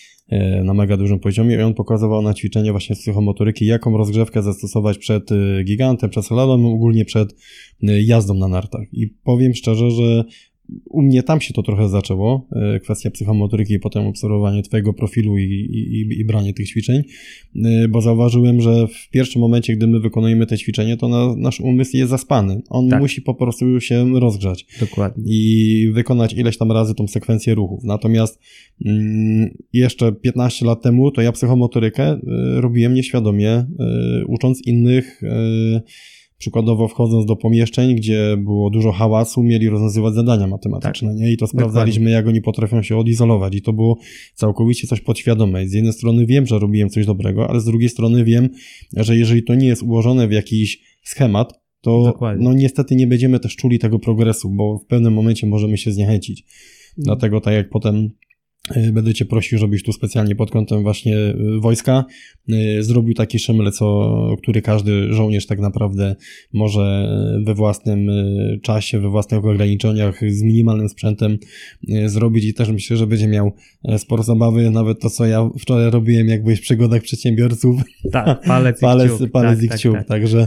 na mega dużym poziomie i on pokazywał na ćwiczenie właśnie z psychomotoryki, jaką rozgrzewkę zastosować przed gigantem, przed slalomem, ogólnie przed jazdą na nartach. I powiem szczerze, że u mnie tam się to trochę zaczęło, kwestia psychomotoryki i potem obserwowanie twojego profilu i, i, i branie tych ćwiczeń, bo zauważyłem, że w pierwszym momencie, gdy my wykonujemy te ćwiczenie, to na, nasz umysł jest zaspany. On tak. musi po prostu się rozgrzać. Dokładnie. I wykonać ileś tam razy tą sekwencję ruchów. Natomiast mm, jeszcze piętnaście lat temu to ja psychomotorykę y, robiłem nieświadomie, y, ucząc innych y, przykładowo wchodząc do pomieszczeń, gdzie było dużo hałasu, mieli rozwiązywać zadania matematyczne, tak. nie? I to sprawdzaliśmy, Dokładnie. jak oni potrafią się odizolować i to było całkowicie coś podświadome. I z jednej strony wiem, że robiłem coś dobrego, ale z drugiej strony wiem, że jeżeli to nie jest ułożone w jakiś schemat, to Dokładnie. no niestety nie będziemy też czuli tego progresu, bo w pewnym momencie możemy się zniechęcić. Mm. Dlatego tak jak potem będę cię prosił, żebyś tu specjalnie pod kątem właśnie wojska zrobił taki szemle, co, który każdy żołnierz tak naprawdę może we własnym czasie, we własnych ograniczeniach, z minimalnym sprzętem zrobić i też myślę, że będzie miał sporo zabawy, nawet to, co ja wczoraj robiłem, jak byłeś w przygodach przedsiębiorców. Tak, palec i palec, kciuk. Palec tak, i kciuk, tak, tak. także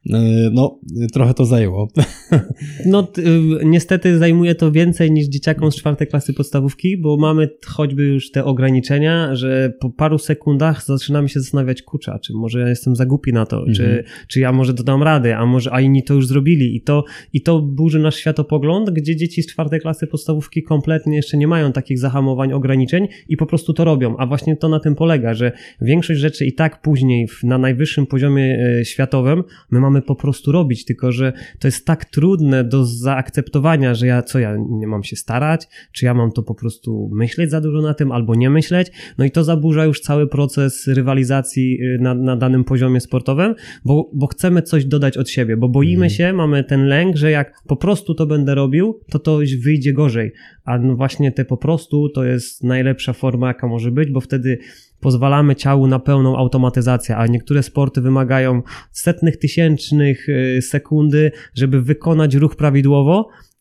no, trochę to zajęło. No, t- niestety zajmuje to więcej niż dzieciakom z czwartej klasy podstawówki, bo mamy choćby już te ograniczenia, że po paru sekundach zaczynamy się zastanawiać, kurczę, czy może ja jestem za głupi na to, mhm. czy, czy ja może dodam radę, a może a inni to już zrobili i to, i to burzy nasz światopogląd, gdzie dzieci z czwartej klasy podstawówki kompletnie jeszcze nie mają takich zahamowań, ograniczeń i po prostu to robią, a właśnie to na tym polega, że większość rzeczy i tak później na najwyższym poziomie e, światowym my mamy po prostu robić, tylko że to jest tak trudne do zaakceptowania, że ja co, ja nie mam się starać, czy ja mam to po prostu myśleć za dużo na tym, albo nie myśleć, no i to zaburza już cały proces rywalizacji na, na danym poziomie sportowym, bo, bo chcemy coś dodać od siebie, bo boimy mm. się, mamy ten lęk, że jak po prostu to będę robił, to to wyjdzie gorzej, a no właśnie te po prostu to jest najlepsza forma, jaka może być, bo wtedy pozwalamy ciału na pełną automatyzację, a niektóre sporty wymagają setnych tysięcznych sekundy, żeby wykonać ruch prawidłowo,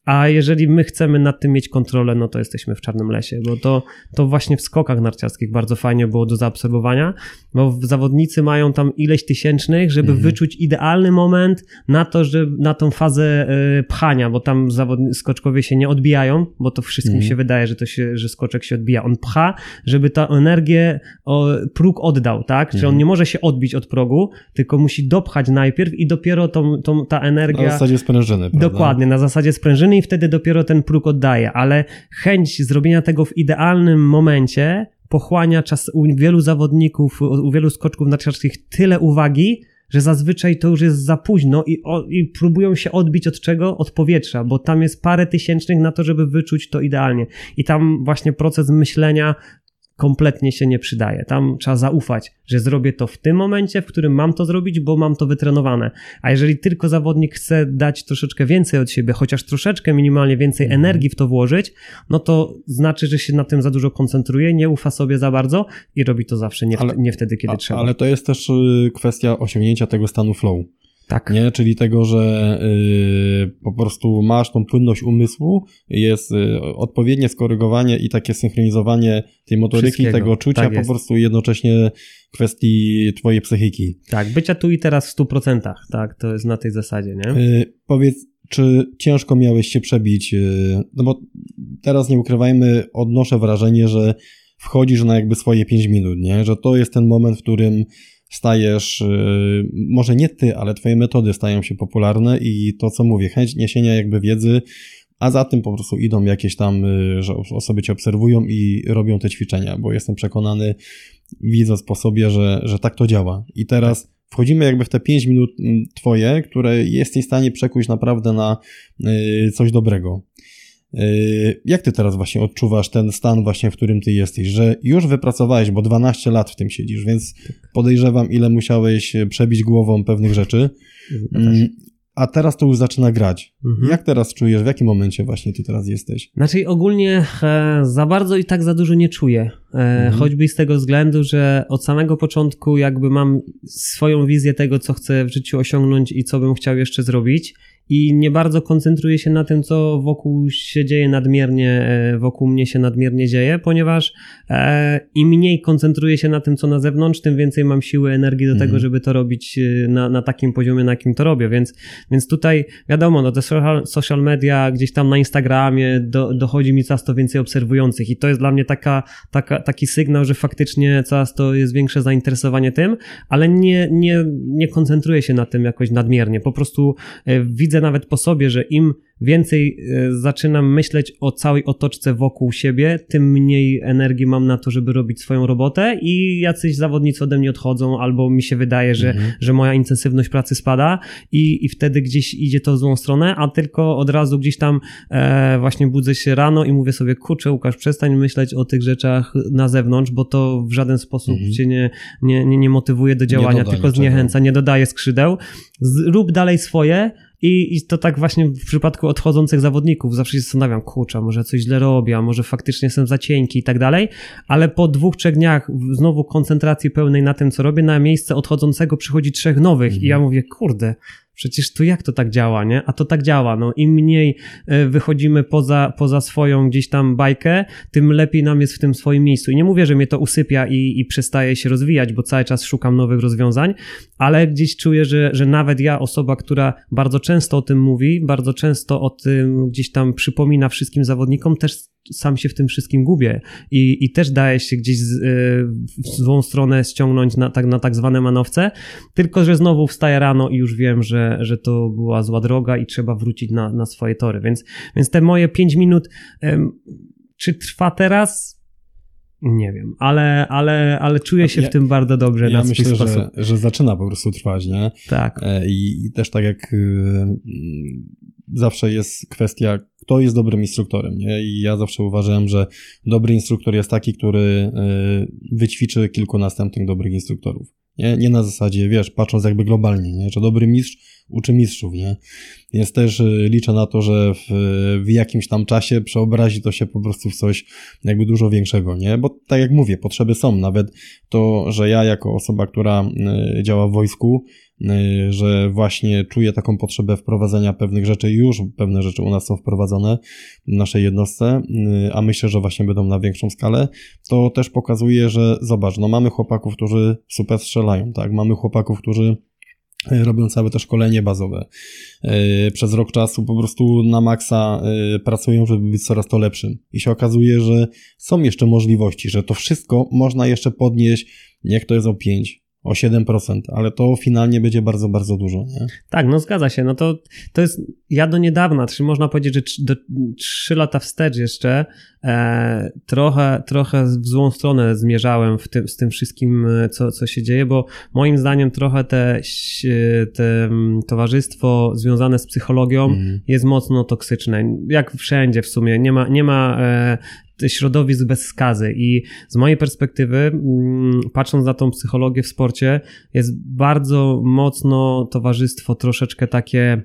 A jeżeli my chcemy nad tym mieć kontrolę, no to jesteśmy w czarnym lesie, bo to, to właśnie w skokach narciarskich bardzo fajnie było do zaobserwowania, bo zawodnicy mają tam ileś tysięcznych, żeby mhm. wyczuć idealny moment na to, że na tą fazę y, pchania, bo tam zawodni- skoczkowie się nie odbijają, bo to wszystkim mhm. się wydaje, że to się, że skoczek się odbija. On pcha, żeby ta energię o, próg oddał, tak? Mhm. Czyli on nie może się odbić od progu, tylko musi dopchać najpierw i dopiero tą, tą, ta energia... Na zasadzie sprężyny, prawda? Dokładnie, na zasadzie sprężyny i wtedy dopiero ten próg oddaje, ale chęć zrobienia tego w idealnym momencie pochłania czas u wielu zawodników, u wielu skoczków narciarskich tyle uwagi, że zazwyczaj to już jest za późno i, o, i próbują się odbić od czego? Od powietrza, bo tam jest parę tysięcznych na to, żeby wyczuć to idealnie. I tam właśnie proces myślenia kompletnie się nie przydaje. Tam trzeba zaufać, że zrobię to w tym momencie, w którym mam to zrobić, bo mam to wytrenowane. A jeżeli tylko zawodnik chce dać troszeczkę więcej od siebie, chociaż troszeczkę minimalnie więcej mm. energii w to włożyć, no to znaczy, że się na tym za dużo koncentruje, nie ufa sobie za bardzo i robi to zawsze nie, ale, w, nie wtedy, kiedy a, trzeba. Ale to jest też kwestia osiągnięcia tego stanu flow. Tak. Nie? Czyli tego, że yy, po prostu masz tą płynność umysłu, jest yy, odpowiednie skorygowanie i takie synchronizowanie tej motoryki, tego czucia tak po jest. prostu jednocześnie kwestii twojej psychiki. Tak, bycia tu i teraz w stu procentach, tak, to jest na tej zasadzie, nie? Yy, powiedz, czy ciężko miałeś się przebić, yy, no bo teraz nie ukrywajmy, odnoszę wrażenie, że wchodzisz na jakby swoje pięć minut, nie? Że to jest ten moment, w którym stajesz, yy, może nie ty, ale twoje metody stają się popularne i to, co mówię, chęć niesienia jakby wiedzy, a za tym po prostu idą jakieś tam, yy, że osoby cię obserwują i robią te ćwiczenia, bo jestem przekonany, widząc po sobie, że, że tak to działa. I teraz wchodzimy jakby w te pięć minut twoje, które jesteś w stanie przekuć naprawdę na yy, coś dobrego. Jak ty teraz właśnie odczuwasz ten stan właśnie, w którym ty jesteś, że już wypracowałeś, bo dwanaście lat w tym siedzisz, więc podejrzewam, ile musiałeś przebić głową pewnych rzeczy, a teraz to już zaczyna grać. Mhm. Jak teraz czujesz, w jakim momencie właśnie ty teraz jesteś? Znaczy ogólnie e, za bardzo i tak za dużo nie czuję, e, mhm. choćby z tego względu, że od samego początku jakby mam swoją wizję tego, co chcę w życiu osiągnąć i co bym chciał jeszcze zrobić. I nie bardzo koncentruję się na tym, co wokół się dzieje nadmiernie, wokół mnie się nadmiernie dzieje, ponieważ e, im mniej koncentruję się na tym, co na zewnątrz, tym więcej mam siły, energii do mm. tego, żeby to robić na, na takim poziomie, na jakim to robię, więc, więc tutaj wiadomo, no te social, social media gdzieś tam na Instagramie do, dochodzi mi coraz to więcej obserwujących i to jest dla mnie taka, taka, taki sygnał, że faktycznie coraz to jest większe zainteresowanie tym, ale nie, nie, nie koncentruję się na tym jakoś nadmiernie, po prostu e, widzę nawet po sobie, że im więcej y, zaczynam myśleć o całej otoczce wokół siebie, tym mniej energii mam na to, żeby robić swoją robotę i jacyś zawodnicy ode mnie odchodzą, albo mi się wydaje, że, mhm. że moja intensywność pracy spada i, i wtedy gdzieś idzie to w złą stronę, a tylko od razu gdzieś tam e, właśnie budzę się rano i mówię sobie, kurczę Łukasz, przestań myśleć o tych rzeczach na zewnątrz, bo to w żaden sposób mhm. cię nie, nie, nie, nie motywuje do działania, tylko zniechęca, nie dodaje skrzydeł. Rób dalej swoje. I, I to tak właśnie w przypadku odchodzących zawodników zawsze się zastanawiam, kurczę, może coś źle robię, a może faktycznie jestem za cienki i tak dalej, ale po dwóch, trzech dniach znowu koncentracji pełnej na tym, co robię, na miejsce odchodzącego przychodzi trzech nowych mhm. i ja mówię, kurde, przecież to jak to tak działa, nie? A to tak działa, no im mniej wychodzimy poza, poza swoją gdzieś tam bajkę, tym lepiej nam jest w tym swoim miejscu. I nie mówię, że mnie to usypia i, i przestaje się rozwijać, bo cały czas szukam nowych rozwiązań, ale gdzieś czuję, że, że nawet ja, osoba, która bardzo często o tym mówi, bardzo często o tym gdzieś tam przypomina wszystkim zawodnikom, też sam się w tym wszystkim gubię i, i też daje się gdzieś z, w złą stronę ściągnąć na tak, na tak zwane manowce, tylko że znowu wstaję rano i już wiem, że, że to była zła droga i trzeba wrócić na, na swoje tory, więc, więc te moje pięć minut, um, czy trwa teraz? Nie wiem, ale, ale, ale czuję się ja, w tym bardzo dobrze ja na swój myślę, sposób. Że, że zaczyna po prostu trwać, nie? Tak. I, i też tak jak yy, zawsze jest kwestia, kto jest dobrym instruktorem, nie? I ja zawsze uważałem, że dobry instruktor jest taki, który yy, wyćwiczy kilku następnych dobrych instruktorów. Nie, nie na zasadzie, wiesz, patrząc jakby globalnie, nie? Że dobry mistrz uczy mistrzów, nie? Więc też liczę na to, że w, w jakimś tam czasie przeobrazi to się po prostu w coś jakby dużo większego, nie? Bo tak jak mówię, potrzeby są. Nawet to, że ja jako osoba, która działa w wojsku, że właśnie czuję taką potrzebę wprowadzenia pewnych rzeczy, już pewne rzeczy u nas są wprowadzone w naszej jednostce, a myślę, że właśnie będą na większą skalę, to też pokazuje, że zobacz, no mamy chłopaków, którzy super strzelają, tak, mamy chłopaków, którzy robią całe to szkolenie bazowe. Przez rok czasu po prostu na maksa pracują, żeby być coraz to lepszym. I się okazuje, że są jeszcze możliwości, że to wszystko można jeszcze podnieść, niech to jest o pięć, o siedem procent, ale to finalnie będzie bardzo, bardzo dużo, nie? Tak, no zgadza się. No to, to jest, ja do niedawna, czy można powiedzieć, że tr- do, trzy lata wstecz jeszcze e, trochę, trochę w złą stronę zmierzałem w tym, z tym wszystkim, co, co się dzieje, bo moim zdaniem trochę te, te towarzystwo związane z psychologią mm. jest mocno toksyczne. Jak wszędzie w sumie. Nie ma, nie ma e, środowisk bez skazy i z mojej perspektywy, patrząc na tą psychologię w sporcie, jest bardzo mocno towarzystwo troszeczkę takie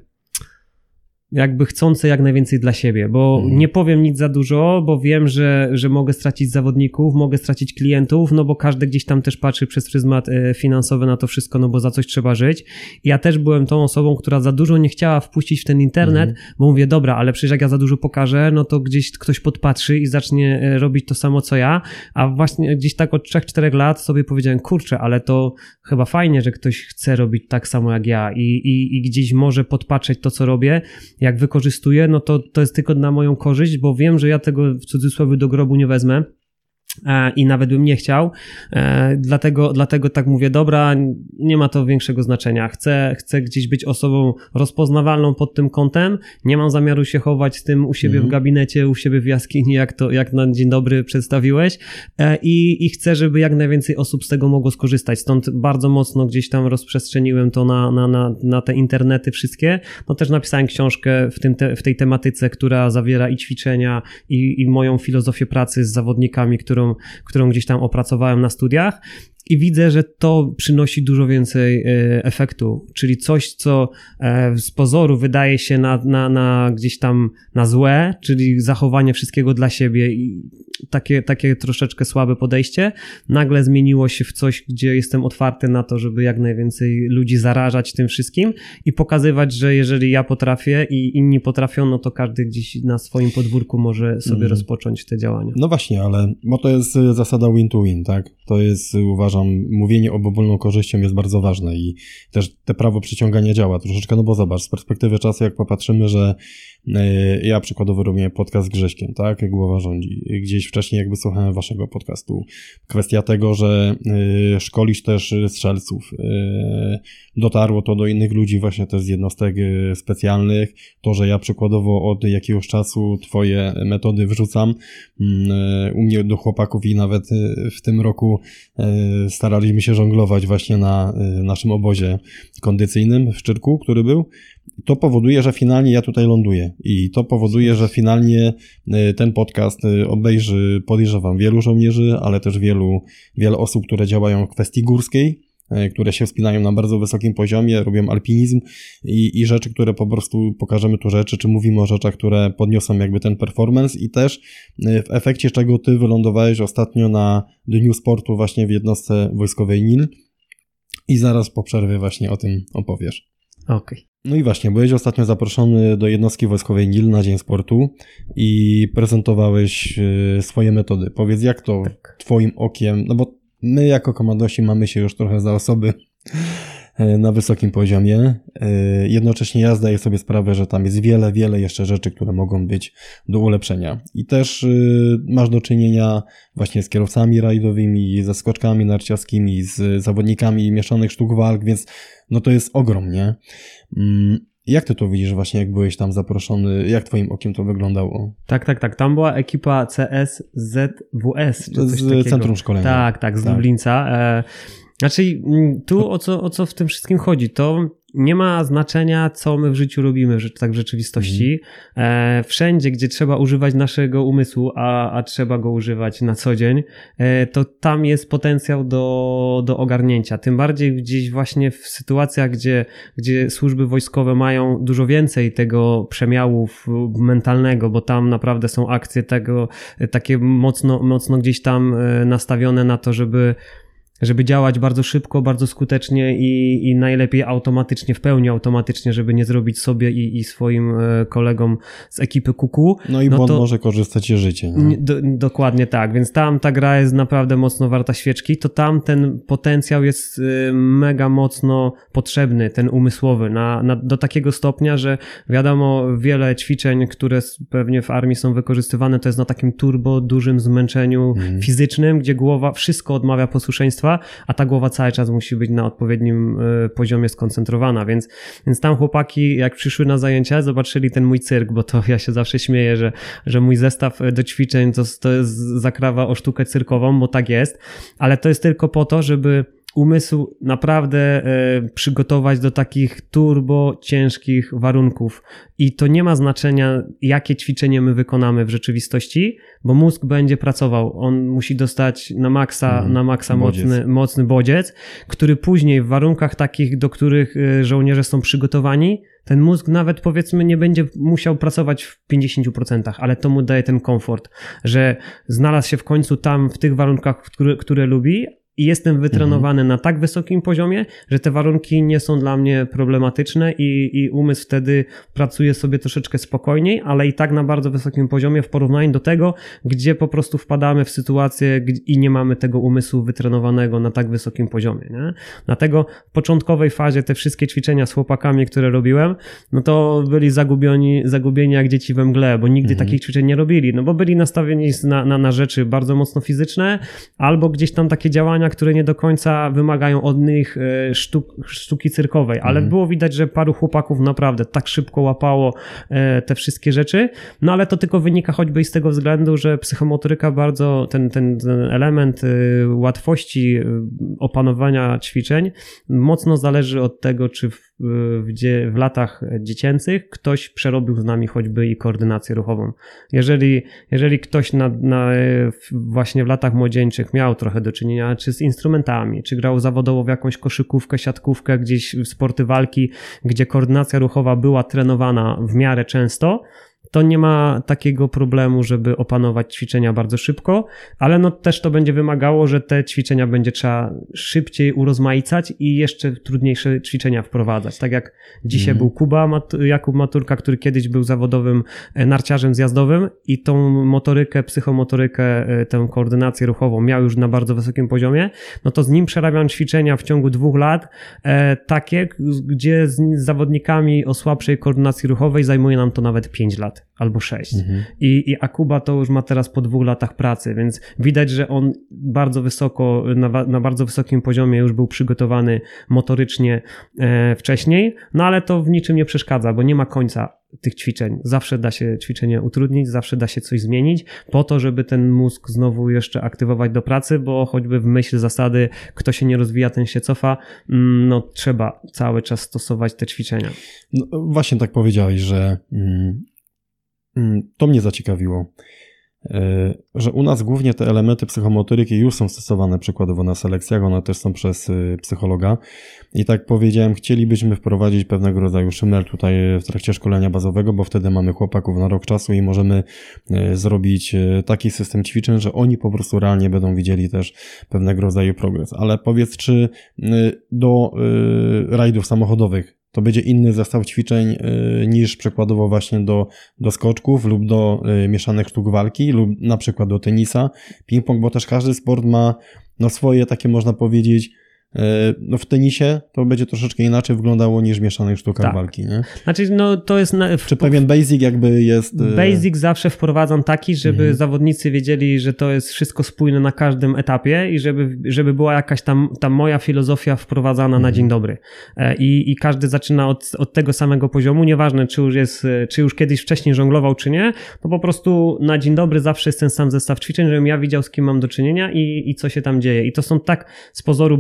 jakby chcące jak najwięcej dla siebie, bo mm. nie powiem nic za dużo, bo wiem, że, że mogę stracić zawodników, mogę stracić klientów, no bo każdy gdzieś tam też patrzy przez pryzmat finansowy na to wszystko, no bo za coś trzeba żyć. I ja też byłem tą osobą, która za dużo nie chciała wpuścić w ten internet, mm. bo mówię, dobra, ale przecież jak ja za dużo pokażę, no to gdzieś ktoś podpatrzy i zacznie robić to samo co ja, a właśnie gdzieś tak od trzech czterech lat sobie powiedziałem, kurczę, ale to chyba fajnie, że ktoś chce robić tak samo jak ja i, i, i gdzieś może podpatrzeć to, co robię. Jak wykorzystuję, no to to jest tylko na moją korzyść, bo wiem, że ja tego w cudzysłowie do grobu nie wezmę e, i nawet bym nie chciał, e, dlatego, dlatego tak mówię, dobra, nie ma to większego znaczenia, chcę, chcę gdzieś być osobą rozpoznawalną pod tym kątem, nie mam zamiaru się chować z tym u siebie mm. w gabinecie, u siebie w jaskini, jak to, jak na dzień dobry przedstawiłeś e, i, i chcę, żeby jak najwięcej osób z tego mogło skorzystać, stąd bardzo mocno gdzieś tam rozprzestrzeniłem to na, na, na, na te internety wszystkie, no też napisałem książkę w, tym te, w tej tematyce, która zawiera i ćwiczenia i, i moją filozofię pracy z zawodnikami, którą którą gdzieś tam opracowałem na studiach i widzę, że to przynosi dużo więcej efektu, czyli coś, co z pozoru wydaje się na, na, na gdzieś tam na złe, czyli zachowanie wszystkiego dla siebie i takie, takie troszeczkę słabe podejście, nagle zmieniło się w coś, gdzie jestem otwarty na to, żeby jak najwięcej ludzi zarażać tym wszystkim i pokazywać, że jeżeli ja potrafię i inni potrafią, no to każdy gdzieś na swoim podwórku może sobie mm. rozpocząć te działania. No właśnie, ale bo to jest zasada win to win, tak? To jest, uważam, mówienie obopólną korzyścią jest bardzo ważne i też te prawo przyciągania działa troszeczkę, no bo zobacz, z perspektywy czasu jak popatrzymy, że ja przykładowo robię podcast z Grześkiem, tak, jak Głowa rządzi. Gdzieś wcześniej jakby słuchałem waszego podcastu. Kwestia tego, że y, szkolisz też strzelców. Y, dotarło to do innych ludzi właśnie też z jednostek y, specjalnych. To, że ja przykładowo od jakiegoś czasu twoje metody wrzucam y, u mnie do chłopaków i nawet y, w tym roku y, staraliśmy się żonglować właśnie na y, naszym obozie kondycyjnym w Szczyrku, który był. To powoduje, że finalnie ja tutaj ląduję i to powoduje, że finalnie ten podcast obejrzy, podejrzewam, wielu żołnierzy, ale też wielu, wiele osób, które działają w kwestii górskiej, które się wspinają na bardzo wysokim poziomie, robią alpinizm i, i rzeczy, które po prostu pokażemy tu rzeczy, czy mówimy o rzeczach, które podniosą jakby ten performance i też w efekcie czego ty wylądowałeś ostatnio na Dniu Sportu właśnie w jednostce wojskowej N I L i zaraz po przerwie właśnie o tym opowiesz. Okej. Okay. No i właśnie, byłeś ostatnio zaproszony do jednostki wojskowej N I L na Dzień Sportu i prezentowałeś swoje metody. Powiedz, jak to tak. Twoim okiem, no bo my jako komandosi mamy się już trochę za osoby na wysokim poziomie. Jednocześnie ja zdaję sobie sprawę, że tam jest wiele, wiele jeszcze rzeczy, które mogą być do ulepszenia. I też masz do czynienia właśnie z kierowcami rajdowymi, ze skoczkami narciarskimi, z zawodnikami mieszanych sztuk walk, więc no to jest ogrom, nie? Jak ty to widzisz właśnie, jak byłeś tam zaproszony, jak twoim okiem to wyglądało? Tak, tak, tak. Tam była ekipa C S Z W S, czy coś z takiego. Centrum Szkolenia. Tak, tak, z tak. Lublińca. E, znaczy tu o co, o co w tym wszystkim chodzi? To nie ma znaczenia, co my w życiu robimy, że tak w rzeczywistości. Mm. E, wszędzie, gdzie trzeba używać naszego umysłu, a, a trzeba go używać na co dzień, e, to tam jest potencjał do, do ogarnięcia. Tym bardziej gdzieś właśnie w sytuacjach, gdzie, gdzie służby wojskowe mają dużo więcej tego przemiału mentalnego, bo tam naprawdę są akcje tego takie mocno, mocno gdzieś tam nastawione na to, żeby żeby działać bardzo szybko, bardzo skutecznie i, i najlepiej automatycznie, w pełni automatycznie, żeby nie zrobić sobie i, i swoim kolegom z ekipy kuku. No i no błąd to, może korzystać i życie. Nie? Do, dokładnie tak, więc tam ta gra jest naprawdę mocno warta świeczki, to tam ten potencjał jest mega mocno potrzebny, ten umysłowy, na, na, do takiego stopnia, że wiadomo, wiele ćwiczeń, które pewnie w armii są wykorzystywane, to jest na takim turbo dużym zmęczeniu mm. fizycznym, gdzie głowa wszystko odmawia posłuszeństwa, a ta głowa cały czas musi być na odpowiednim y, poziomie skoncentrowana, więc, więc tam chłopaki jak przyszły na zajęcia, zobaczyli ten mój cyrk, bo to ja się zawsze śmieję, że, że mój zestaw do ćwiczeń to, to jest zakrawa o sztukę cyrkową, bo tak jest, ale to jest tylko po to, żeby umysł naprawdę e, przygotować do takich turbo ciężkich warunków i to nie ma znaczenia, jakie ćwiczenie my wykonamy w rzeczywistości, bo mózg będzie pracował, on musi dostać na maksa, mm, na maksa bodziec. Mocny, mocny bodziec, który później w warunkach takich, do których e, żołnierze są przygotowani, ten mózg nawet powiedzmy nie będzie musiał pracować w pięćdziesięciu procentach, ale to mu daje ten komfort, że znalazł się w końcu tam w tych warunkach, które, które lubi, i jestem wytrenowany mhm. na tak wysokim poziomie, że te warunki nie są dla mnie problematyczne i, i umysł wtedy pracuje sobie troszeczkę spokojniej, ale i tak na bardzo wysokim poziomie w porównaniu do tego, gdzie po prostu wpadamy w sytuację i nie mamy tego umysłu wytrenowanego na tak wysokim poziomie. Nie? Dlatego w początkowej fazie te wszystkie ćwiczenia z chłopakami, które robiłem, no to byli zagubieni, zagubieni jak dzieci we mgle, bo nigdy mhm. takich ćwiczeń nie robili, no bo byli nastawieni na, na, na rzeczy bardzo mocno fizyczne, albo gdzieś tam takie działania, które nie do końca wymagają od nich sztuk, sztuki cyrkowej, ale mm. było widać, że paru chłopaków naprawdę tak szybko łapało te wszystkie rzeczy, no ale to tylko wynika choćby z tego względu, że psychomotoryka bardzo, ten, ten, ten element łatwości opanowania ćwiczeń mocno zależy od tego, czy w, w, w latach dziecięcych ktoś przerobił z nami choćby i koordynację ruchową. Jeżeli, jeżeli ktoś na, na, właśnie w latach młodzieńczych miał trochę do czynienia czy z instrumentami, czy grał zawodowo w jakąś koszykówkę, siatkówkę, gdzieś w sporty walki, gdzie koordynacja ruchowa była trenowana w miarę często, to nie ma takiego problemu, żeby opanować ćwiczenia bardzo szybko, ale no też to będzie wymagało, że te ćwiczenia będzie trzeba szybciej urozmaicać i jeszcze trudniejsze ćwiczenia wprowadzać. Tak jak dzisiaj mm. był Kuba, Mat- Jakub Maturka, który kiedyś był zawodowym narciarzem zjazdowym i tą motorykę, psychomotorykę, tę koordynację ruchową miał już na bardzo wysokim poziomie, no to z nim przerabiam ćwiczenia w ciągu dwóch lat e, takie, gdzie z, z zawodnikami o słabszej koordynacji ruchowej zajmuje nam to nawet pięć lat. Albo sześć. Mhm. I, I Akuba to już ma teraz po dwóch latach pracy, więc widać, że on bardzo wysoko, na, na bardzo wysokim poziomie już był przygotowany motorycznie e, wcześniej, no ale to w niczym nie przeszkadza, bo nie ma końca tych ćwiczeń. Zawsze da się ćwiczenie utrudnić, zawsze da się coś zmienić po to, żeby ten mózg znowu jeszcze aktywować do pracy, bo choćby w myśl zasady kto się nie rozwija, ten się cofa, no trzeba cały czas stosować te ćwiczenia. No, właśnie tak powiedziałeś, że mm... to mnie zaciekawiło, że u nas głównie te elementy psychomotoryki już są stosowane przykładowo na selekcjach, one też są przez psychologa i tak powiedziałem, chcielibyśmy wprowadzić pewnego rodzaju szymel tutaj w trakcie szkolenia bazowego, bo wtedy mamy chłopaków na rok czasu i możemy zrobić taki system ćwiczeń, że oni po prostu realnie będą widzieli też pewnego rodzaju progres. Ale powiedz, czy do rajdów samochodowych to będzie inny zestaw ćwiczeń y, niż przykładowo właśnie do, do skoczków lub do y, mieszanych sztuk walki lub na przykład do tenisa, ping-pong, bo też każdy sport ma no, swoje takie można powiedzieć, y, no w tenisie to będzie troszeczkę inaczej wyglądało niż w mieszanych sztukach tak. walki, nie? Znaczy no to jest... Na, w, Czy pewien basic jakby jest... Y... Basic zawsze wprowadzam taki, żeby mhm. zawodnicy wiedzieli, że to jest wszystko spójne na każdym etapie i żeby, żeby była jakaś tam ta moja filozofia wprowadzana mhm. na dzień dobry. I, i każdy zaczyna od, od tego samego poziomu, nieważne czy już jest, czy już kiedyś wcześniej żonglował czy nie, to po prostu na dzień dobry zawsze jest ten sam zestaw ćwiczeń, żebym ja widział z kim mam do czynienia i, i co się tam dzieje. I to są tak z pozoru bardzo proste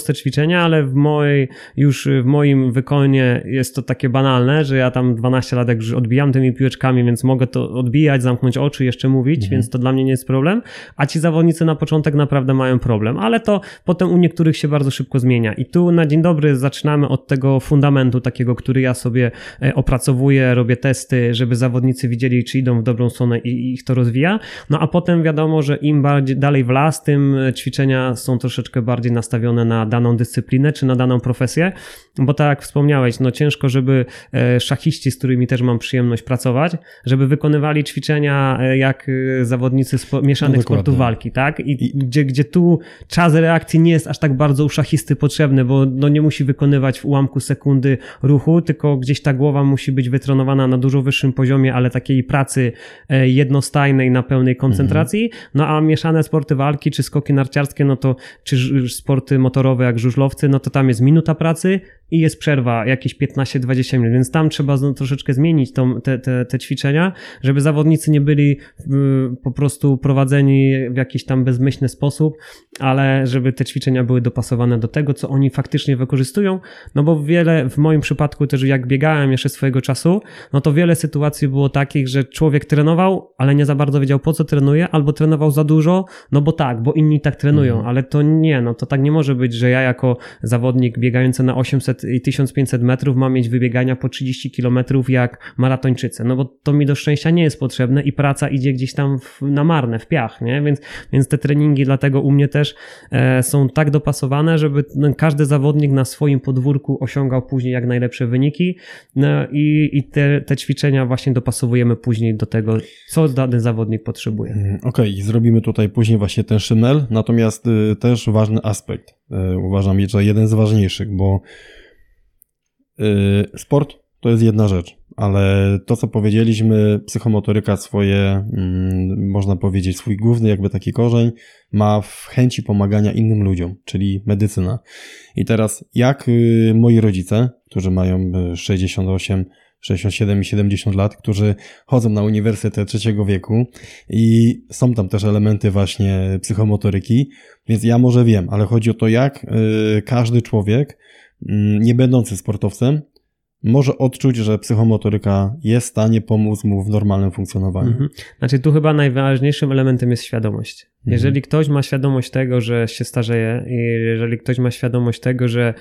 proste ćwiczenia, ale w mojej, już w moim wykonie jest to takie banalne, że ja tam dwanaście lat już odbijam tymi piłeczkami, więc mogę to odbijać, zamknąć oczy, jeszcze mówić, mhm. więc to dla mnie nie jest problem, a ci zawodnicy na początek naprawdę mają problem, ale to potem u niektórych się bardzo szybko zmienia i tu na dzień dobry zaczynamy od tego fundamentu takiego, który ja sobie opracowuję, robię testy, żeby zawodnicy widzieli, czy idą w dobrą stronę i ich to rozwija, no a potem wiadomo, że im bardziej dalej w las, tym ćwiczenia są troszeczkę bardziej nastawione na daną dyscyplinę, czy na daną profesję, bo tak jak wspomniałeś, no ciężko, żeby szachiści, z którymi też mam przyjemność pracować, żeby wykonywali ćwiczenia jak zawodnicy spo- mieszanych no sportów walki, tak? I, I gdzie, gdzie tu czas reakcji nie jest aż tak bardzo u szachisty potrzebny, bo no nie musi wykonywać w ułamku sekundy ruchu, tylko gdzieś ta głowa musi być wytrenowana na dużo wyższym poziomie, ale takiej pracy jednostajnej na pełnej koncentracji, mhm. no a mieszane sporty walki, czy skoki narciarskie, no to czy sporty motorowe jak żużlowcy, no to tam jest minuta pracy i jest przerwa jakieś piętnaście dwadzieścia minut, więc tam trzeba troszeczkę zmienić tą, te, te, te ćwiczenia, żeby zawodnicy nie byli po prostu prowadzeni w jakiś tam bezmyślny sposób, ale żeby te ćwiczenia były dopasowane do tego, co oni faktycznie wykorzystują, no bo wiele, w moim przypadku też jak biegałem jeszcze swojego czasu, no to wiele sytuacji było takich, że człowiek trenował, ale nie za bardzo wiedział, po co trenuje, albo trenował za dużo, no bo tak, bo inni tak trenują, mhm. ale to nie, no to tak nie może być, że ja jako zawodnik biegający na osiemset i tysiąc pięćset metrów mam mieć wybiegania po trzydzieści kilometrów jak maratończycy, no bo to mi do szczęścia nie jest potrzebne i praca idzie gdzieś tam w, na marne, w piach, nie? Więc, więc te treningi dlatego u mnie też e, są tak dopasowane, żeby no, każdy zawodnik na swoim podwórku osiągał później jak najlepsze wyniki no, i, i te, te ćwiczenia właśnie dopasowujemy później do tego, co dany zawodnik potrzebuje. Okej, okay, zrobimy tutaj później właśnie ten szynel, natomiast y, też ważny aspekt, y, uważam, że jeden z ważniejszych, bo y, sport to jest jedna rzecz, ale to, co powiedzieliśmy, psychomotoryka swoje, y, można powiedzieć, swój główny jakby taki korzeń ma w chęci pomagania innym ludziom, czyli medycyna. I teraz jak y, moi rodzice, którzy mają sześćdziesiąt osiem, sześćdziesiąt siedem i siedemdziesiąt lat, którzy chodzą na uniwersytet trzeciego wieku i są tam też elementy właśnie psychomotoryki, więc ja może wiem, ale chodzi o to, jak y, każdy człowiek, y, nie będący sportowcem, może odczuć, że psychomotoryka jest w stanie pomóc mu w normalnym funkcjonowaniu. Mhm. Znaczy tu chyba najważniejszym elementem jest świadomość. Mhm. Jeżeli ktoś ma świadomość tego, że się starzeje i jeżeli ktoś ma świadomość tego, że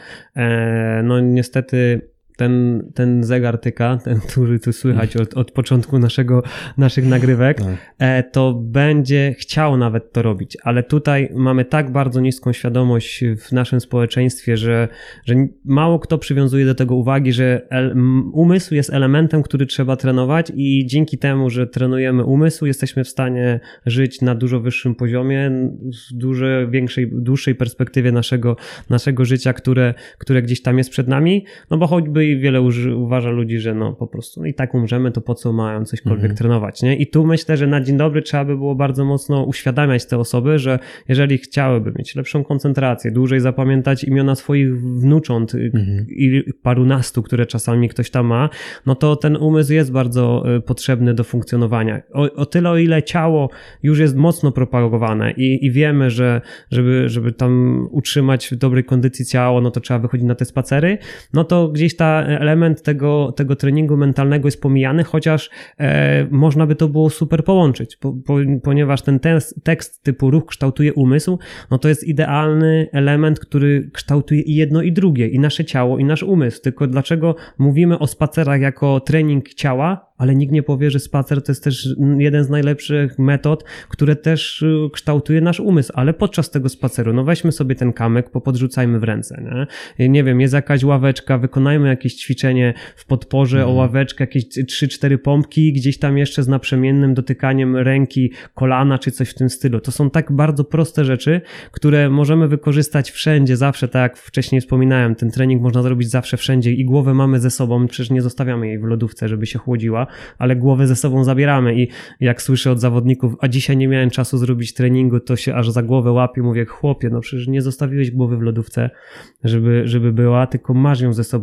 e, no niestety ten, ten zegar tyka, ten, który tu słychać od, od początku naszego, naszych nagrywek, tak. e, to będzie chciał nawet to robić, ale tutaj mamy tak bardzo niską świadomość w naszym społeczeństwie, że, że mało kto przywiązuje do tego uwagi, że el, umysł jest elementem, który trzeba trenować i dzięki temu, że trenujemy umysł, jesteśmy w stanie żyć na dużo wyższym poziomie, w dużo większej, dłuższej perspektywie naszego, naszego życia, które, które gdzieś tam jest przed nami, no bo choćby i wiele uży, uważa ludzi, że no po prostu no i tak umrzemy, to po co mają cośkolwiek mhm. trenować, nie? I tu myślę, że na dzień dobry trzeba by było bardzo mocno uświadamiać te osoby, że jeżeli chciałyby mieć lepszą koncentrację, dłużej zapamiętać imiona swoich wnucząt mhm. i parunastu, które czasami ktoś tam ma, no to ten umysł jest bardzo potrzebny do funkcjonowania. O, o tyle, o ile ciało już jest mocno propagowane i, i wiemy, że żeby, żeby tam utrzymać w dobrej kondycji ciało, no to trzeba wychodzić na te spacery, no to gdzieś ta element tego, tego treningu mentalnego jest pomijany, chociaż e, można by to było super połączyć, po, po, ponieważ ten tekst, tekst typu ruch kształtuje umysł, no to jest idealny element, który kształtuje i jedno i drugie, i nasze ciało, i nasz umysł. Tylko dlaczego mówimy o spacerach jako trening ciała, ale nikt nie powie, że spacer to jest też jeden z najlepszych metod, które też kształtuje nasz umysł, ale podczas tego spaceru, no weźmy sobie ten kamyk, popodrzucajmy w ręce, nie? Nie wiem, jest jakaś ławeczka, wykonajmy jakieś ćwiczenie w podporze mm. o ławeczkę, jakieś trzy cztery pompki, gdzieś tam jeszcze z naprzemiennym dotykaniem ręki, kolana, czy coś w tym stylu. To są tak bardzo proste rzeczy, które możemy wykorzystać wszędzie, zawsze, tak jak wcześniej wspominałem, ten trening można zrobić zawsze, wszędzie i głowę mamy ze sobą, przecież nie zostawiamy jej w lodówce, żeby się chłodziła, ale głowę ze sobą zabieramy i jak słyszę od zawodników, a dzisiaj nie miałem czasu zrobić treningu, to się aż za głowę łapię, mówię, chłopie, no przecież nie zostawiłeś głowy w lodówce, żeby, żeby była, tylko masz ją ze sobą, to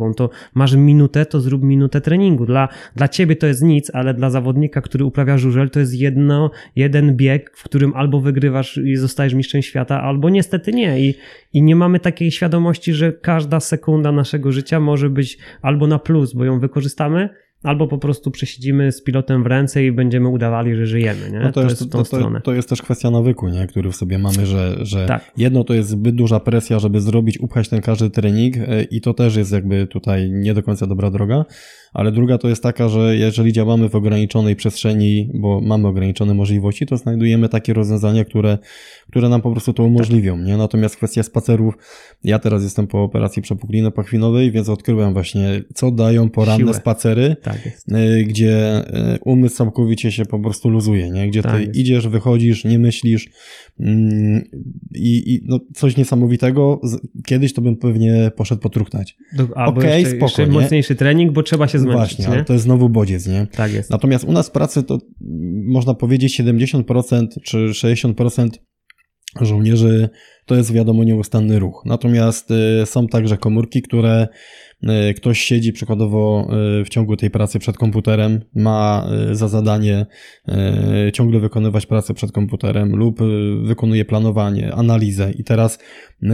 masz minutę, to zrób minutę treningu. Dla, dla ciebie to jest nic, ale dla zawodnika, który uprawia żużel, to jest jedno, jeden bieg, w którym albo wygrywasz i zostajesz mistrzem świata, albo niestety nie. I, i nie mamy takiej świadomości, że każda sekunda naszego życia może być albo na plus, bo ją wykorzystamy, albo po prostu przesiedzimy z pilotem w ręce i będziemy udawali, że żyjemy. Nie? No to, to jest, jest w tą to, stronę. to, to jest też kwestia nawyku, nie? Który w sobie mamy, że, że Tak. jedno to jest zbyt duża presja, żeby zrobić, upchać ten każdy trening i to też jest jakby tutaj nie do końca dobra droga, ale druga to jest taka, że jeżeli działamy w ograniczonej przestrzeni, bo mamy ograniczone możliwości, to znajdujemy takie rozwiązania, które, które nam po prostu to umożliwią, nie? Natomiast kwestia spacerów, ja teraz jestem po operacji przepukliny pachwinowej, więc odkryłem właśnie, co dają poranne Siłę. spacery, Tak jest. gdzie umysł całkowicie się po prostu luzuje, nie? Gdzie Tak ty jest. idziesz, wychodzisz, nie myślisz mm, i, i no coś niesamowitego. Z- Kiedyś to bym pewnie poszedł potruchtać. Do, albo Okej, jeszcze, spoko, jeszcze nie? mocniejszy trening, bo trzeba się zmęczyć. Właśnie, nie? ale to jest znowu bodziec, nie? Tak jest. Natomiast u nas w pracy to mm, można powiedzieć siedemdziesiąt procent czy sześćdziesiąt procent żołnierzy to jest wiadomo nieustanny ruch. Natomiast y, są także komórki, które y, ktoś siedzi przykładowo y, w ciągu tej pracy przed komputerem, ma y, za zadanie y, ciągle wykonywać pracę przed komputerem lub y, wykonuje planowanie, analizę i teraz y,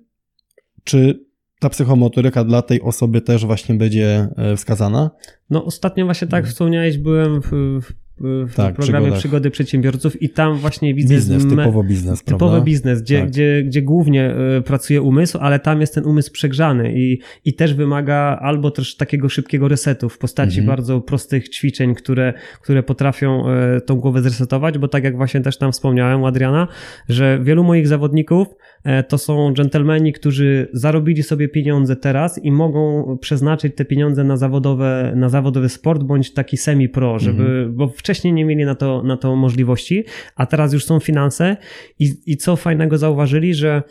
czy ta psychomotoryka dla tej osoby też właśnie będzie y, wskazana? No ostatnio właśnie tak wspomniałeś, byłem w, w, w Tak, programie przygodach. Przygody Przedsiębiorców i tam właśnie widzę Biznes, me- typowo biznes, typowy prawda? biznes, gdzie, Tak. gdzie, gdzie głównie y, pracuje umysł, ale tam jest ten umysł przegrzany i, i też wymaga albo też takiego szybkiego resetu w postaci Mhm. bardzo prostych ćwiczeń, które, które potrafią y, tą głowę zresetować, bo tak jak właśnie też tam wspomniałem u Adriana, że wielu moich zawodników y, to są dżentelmeni, którzy zarobili sobie pieniądze teraz i mogą przeznaczyć te pieniądze na zawodowe, na zawodowy sport bądź taki semi-pro, żeby, Mhm. bo wcześniej nie mieli na to, na to możliwości, a teraz już są finanse i, i co fajnego zauważyli, że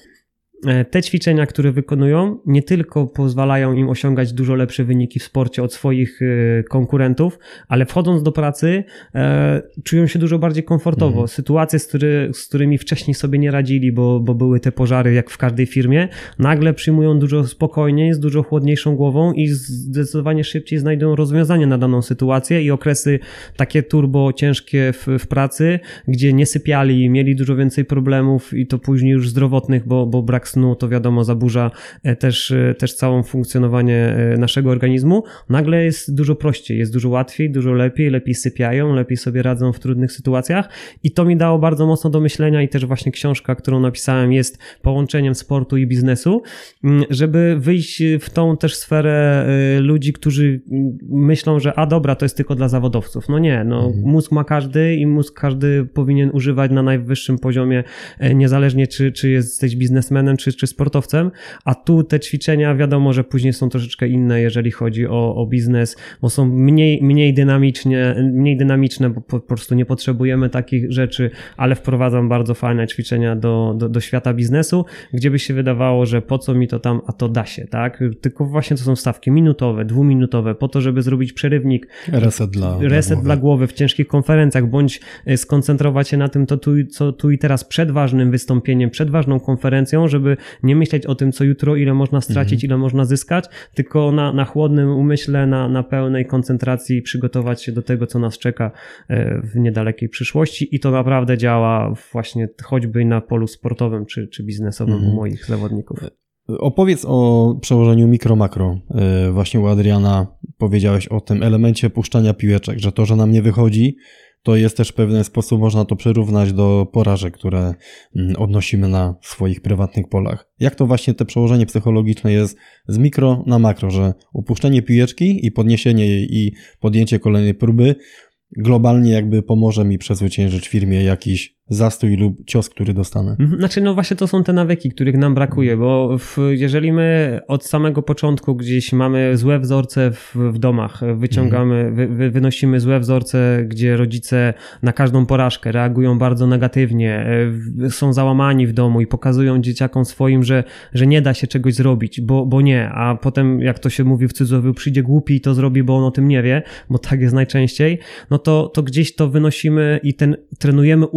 te ćwiczenia, które wykonują, nie tylko pozwalają im osiągać dużo lepsze wyniki w sporcie od swoich e, konkurentów, ale wchodząc do pracy e, czują się dużo bardziej komfortowo. Mhm. Sytuacje, z, który, z którymi wcześniej sobie nie radzili, bo, bo były te pożary jak w każdej firmie, nagle przyjmują dużo spokojniej, z dużo chłodniejszą głową i zdecydowanie szybciej znajdują rozwiązanie na daną sytuację i okresy takie turbo ciężkie w, w pracy, gdzie nie sypiali, mieli dużo więcej problemów i to później już zdrowotnych, bo, bo brak snu to wiadomo zaburza też, też całe funkcjonowanie naszego organizmu, nagle jest dużo prościej, jest dużo łatwiej, dużo lepiej, lepiej sypiają, lepiej sobie radzą w trudnych sytuacjach i to mi dało bardzo mocno do myślenia i też właśnie książka, którą napisałem jest połączeniem sportu i biznesu, żeby wyjść w tą też sferę ludzi, którzy myślą, że a dobra, to jest tylko dla zawodowców. No nie, no Mhm. mózg ma każdy i mózg każdy powinien używać na najwyższym poziomie, niezależnie czy, czy jesteś biznesmenem, czy, czy sportowcem, a tu te ćwiczenia wiadomo, że później są troszeczkę inne, jeżeli chodzi o, o biznes, bo są mniej, mniej dynamicznie, mniej dynamiczne, bo po, po prostu nie potrzebujemy takich rzeczy, ale wprowadzam bardzo fajne ćwiczenia do, do, do świata biznesu, gdzie by się wydawało, że po co mi to tam, a to da się, tak? Tylko właśnie to są stawki minutowe, dwuminutowe, po to, żeby zrobić przerywnik, Reset dla, reset dla dla głowy. głowy w ciężkich konferencjach, bądź e, skoncentrować się na tym, to tu, co tu i teraz przed ważnym wystąpieniem, przed ważną konferencją, żeby nie myśleć o tym, co jutro, ile można stracić, Mhm. ile można zyskać, tylko na, na chłodnym umyśle, na, na pełnej koncentracji przygotować się do tego, co nas czeka e, w niedalekiej przyszłości i to naprawdę działa właśnie choćby na polu sportowym czy, czy biznesowym Mhm. u moich zawodników. Opowiedz o przełożeniu mikro-makro. Yy, Właśnie u Adriana powiedziałeś o tym elemencie puszczania piłeczek, że to, że nam nie wychodzi, to jest też w pewien sposób, można to przyrównać do porażek, które mm, odnosimy na swoich prywatnych polach. Jak to właśnie te przełożenie psychologiczne jest z mikro na makro, że upuszczenie piłeczki i podniesienie jej i podjęcie kolejnej próby globalnie jakby pomoże mi przezwyciężyć w firmie jakiś zastój lub cios, który dostanę. Znaczy, no właśnie to są te nawyki, których nam brakuje, bo w, jeżeli my od samego początku gdzieś mamy złe wzorce w, w domach, wyciągamy, wy, wy, wynosimy złe wzorce, gdzie rodzice na każdą porażkę reagują bardzo negatywnie, są załamani w domu i pokazują dzieciakom swoim, że, że nie da się czegoś zrobić, bo, bo nie, a potem jak to się mówi w cudzysłowie, przyjdzie głupi i to zrobi, bo on o tym nie wie, bo tak jest najczęściej, no to, to gdzieś to wynosimy i ten, trenujemy umysł w taki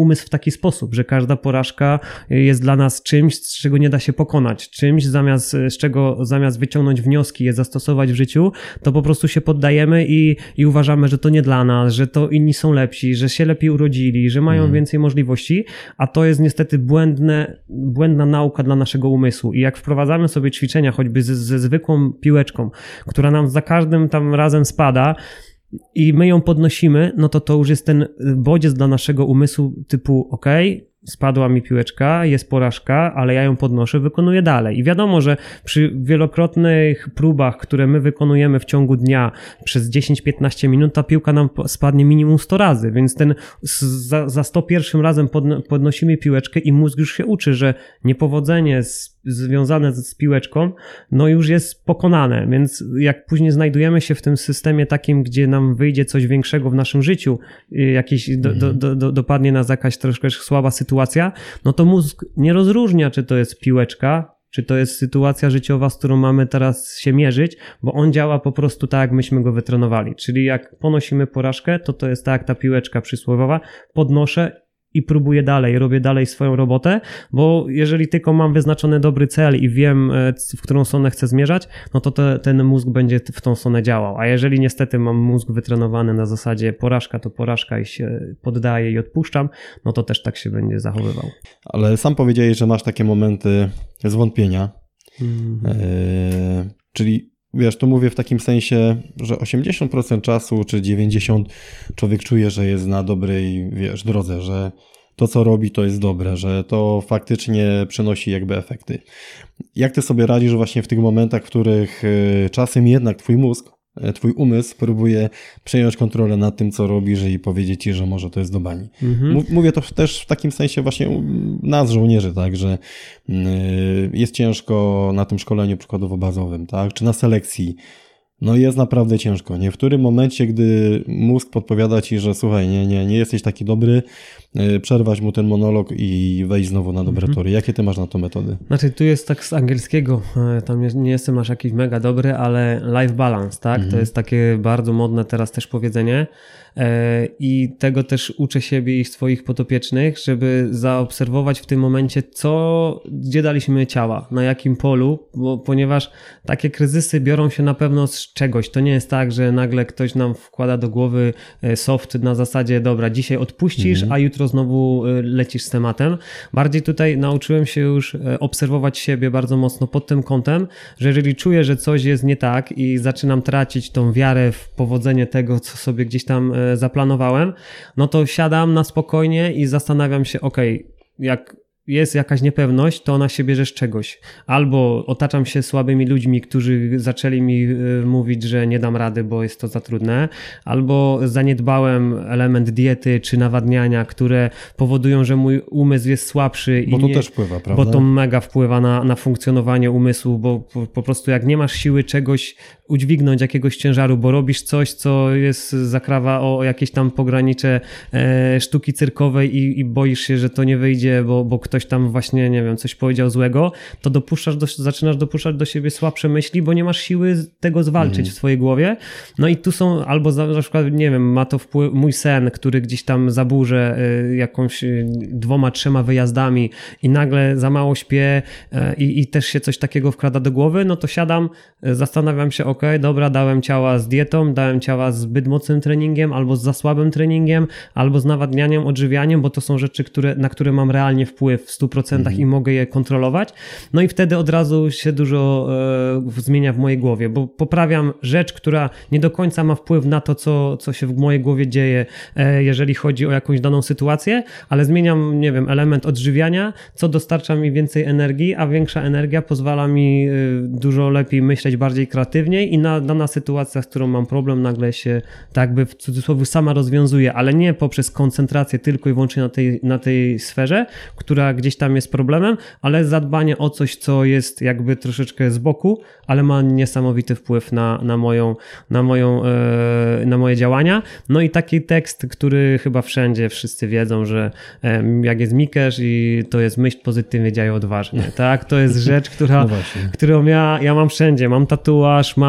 taki sposób, że każda porażka jest dla nas czymś, z czego nie da się pokonać, czymś zamiast, z czego zamiast wyciągnąć wnioski, je zastosować w życiu, to po prostu się poddajemy i, i uważamy, że to nie dla nas, że to inni są lepsi, że się lepiej urodzili, że mają mm. więcej możliwości, a to jest niestety błędne, błędna nauka dla naszego umysłu i jak wprowadzamy sobie ćwiczenia choćby ze, ze zwykłą piłeczką, która nam za każdym tam razem spada i my ją podnosimy, no to to już jest ten bodziec dla naszego umysłu typu okej, okay, spadła mi piłeczka, jest porażka, ale ja ją podnoszę, wykonuję dalej. I wiadomo, że przy wielokrotnych próbach, które my wykonujemy w ciągu dnia przez dziesięć do piętnastu minut, ta piłka nam spadnie minimum sto razy, więc ten za, za sto pierwszym razem podno, podnosimy piłeczkę i mózg już się uczy, że niepowodzenie z, związane z, z piłeczką, no już jest pokonane, więc jak później znajdujemy się w tym systemie takim, gdzie nam wyjdzie coś większego w naszym życiu, jakieś do, do, do, do, dopadnie nas jakaś troszkę słaba sytuacja, sytuacja, no to mózg nie rozróżnia, czy to jest piłeczka, czy to jest sytuacja życiowa, z którą mamy teraz się mierzyć, bo on działa po prostu tak, jak myśmy go wytrenowali. Czyli jak ponosimy porażkę, to to jest tak jak ta piłeczka przysłowiowa, podnoszę i próbuję dalej, robię dalej swoją robotę, bo jeżeli tylko mam wyznaczony dobry cel i wiem, w którą stronę chcę zmierzać, no to te, ten mózg będzie w tą stronę działał, a jeżeli niestety mam mózg wytrenowany na zasadzie porażka to porażka i się poddaję i odpuszczam, no to też tak się będzie zachowywał. Ale sam powiedziałeś, że masz takie momenty zwątpienia, mm-hmm. e, czyli wiesz, tu mówię w takim sensie, że osiemdziesiąt procent czasu czy dziewięćdziesiąt procent człowiek czuje, że jest na dobrej, wiesz, drodze, że to, co robi, to jest dobre, że to faktycznie przynosi jakby efekty. Jak ty sobie radzisz właśnie w tych momentach, w których czasem jednak twój mózg, twój umysł próbuje przejąć kontrolę nad tym, co robisz i powiedzieć ci, że może to jest do bani. Mhm. Mówię to też w takim sensie właśnie nas, żołnierzy, tak, że jest ciężko na tym szkoleniu przykładowo bazowym, tak, czy na selekcji. No jest naprawdę ciężko, nie? W którym momencie, gdy mózg podpowiada ci, że słuchaj, nie, nie, nie jesteś taki dobry, przerwać mu ten monolog i wejść znowu na dobre tory. Jakie ty masz na to metody? Znaczy tu jest tak z angielskiego, tam nie jestem aż jakiś mega dobry, ale life balance, tak? Mhm. To jest takie bardzo modne teraz też powiedzenie i tego też uczę siebie i swoich podopiecznych, żeby zaobserwować w tym momencie, co, gdzie daliśmy ciała, na jakim polu, bo ponieważ takie kryzysy biorą się na pewno z czegoś. To nie jest tak, że nagle ktoś nam wkłada do głowy soft na zasadzie, dobra, dzisiaj odpuścisz, mhm. a jutro znowu lecisz z tematem. Bardziej tutaj nauczyłem się już obserwować siebie bardzo mocno pod tym kątem, że jeżeli czuję, że coś jest nie tak i zaczynam tracić tą wiarę w powodzenie tego, co sobie gdzieś tam zaplanowałem, no to siadam na spokojnie i zastanawiam się, okej, okay, jak jest jakaś niepewność, to ona się bierze z czegoś. Albo otaczam się słabymi ludźmi, którzy zaczęli mi mówić, że nie dam rady, bo jest to za trudne, albo zaniedbałem element diety czy nawadniania, które powodują, że mój umysł jest słabszy. Bo i to nie, też wpływa, prawda? Bo to mega wpływa na, na funkcjonowanie umysłu, bo po, po prostu jak nie masz siły czegoś udźwignąć, jakiegoś ciężaru, bo robisz coś, co jest zakrawa o jakieś tam pogranicze e, sztuki cyrkowej i, i boisz się, że to nie wyjdzie, bo, bo ktoś tam właśnie, nie wiem, coś powiedział złego, to dopuszczasz do, zaczynasz dopuszczać do siebie słabsze myśli, bo nie masz siły tego zwalczyć mm. w swojej głowie. No i tu są, albo za, na przykład, nie wiem, ma to wpływ, mój sen, który gdzieś tam zaburzę y, jakąś y, dwoma, trzema wyjazdami i nagle za mało śpię y, i też się coś takiego wkrada do głowy, no to siadam, y, zastanawiam się, okej, okay, dobra, dałem ciała z dietą, dałem ciała z zbyt mocnym treningiem, albo z za słabym treningiem, albo z nawadnianiem, odżywianiem, bo to są rzeczy, które, na które mam realnie wpływ w stu procentach mm. i mogę je kontrolować. No i wtedy od razu się dużo e, zmienia w mojej głowie, bo poprawiam rzecz, która nie do końca ma wpływ na to, co, co się w mojej głowie dzieje, e, jeżeli chodzi o jakąś daną sytuację, ale zmieniam, nie wiem, element odżywiania, co dostarcza mi więcej energii, a większa energia pozwala mi e, dużo lepiej myśleć, bardziej kreatywnie i na, dana sytuacja, z którą mam problem, nagle się tak jakby w cudzysłowie sama rozwiązuje, ale nie poprzez koncentrację tylko i wyłącznie na tej, na tej sferze, która gdzieś tam jest problemem, ale zadbanie o coś, co jest jakby troszeczkę z boku, ale ma niesamowity wpływ na, na moją, na moją, e, na moje działania. No i taki tekst, który chyba wszędzie wszyscy wiedzą, że e, jak jest Mikesz i to jest myśl pozytywnie, działaj odważnie, tak? To jest rzecz, która, no którą ja, ja mam wszędzie. Mam tatuaż, mam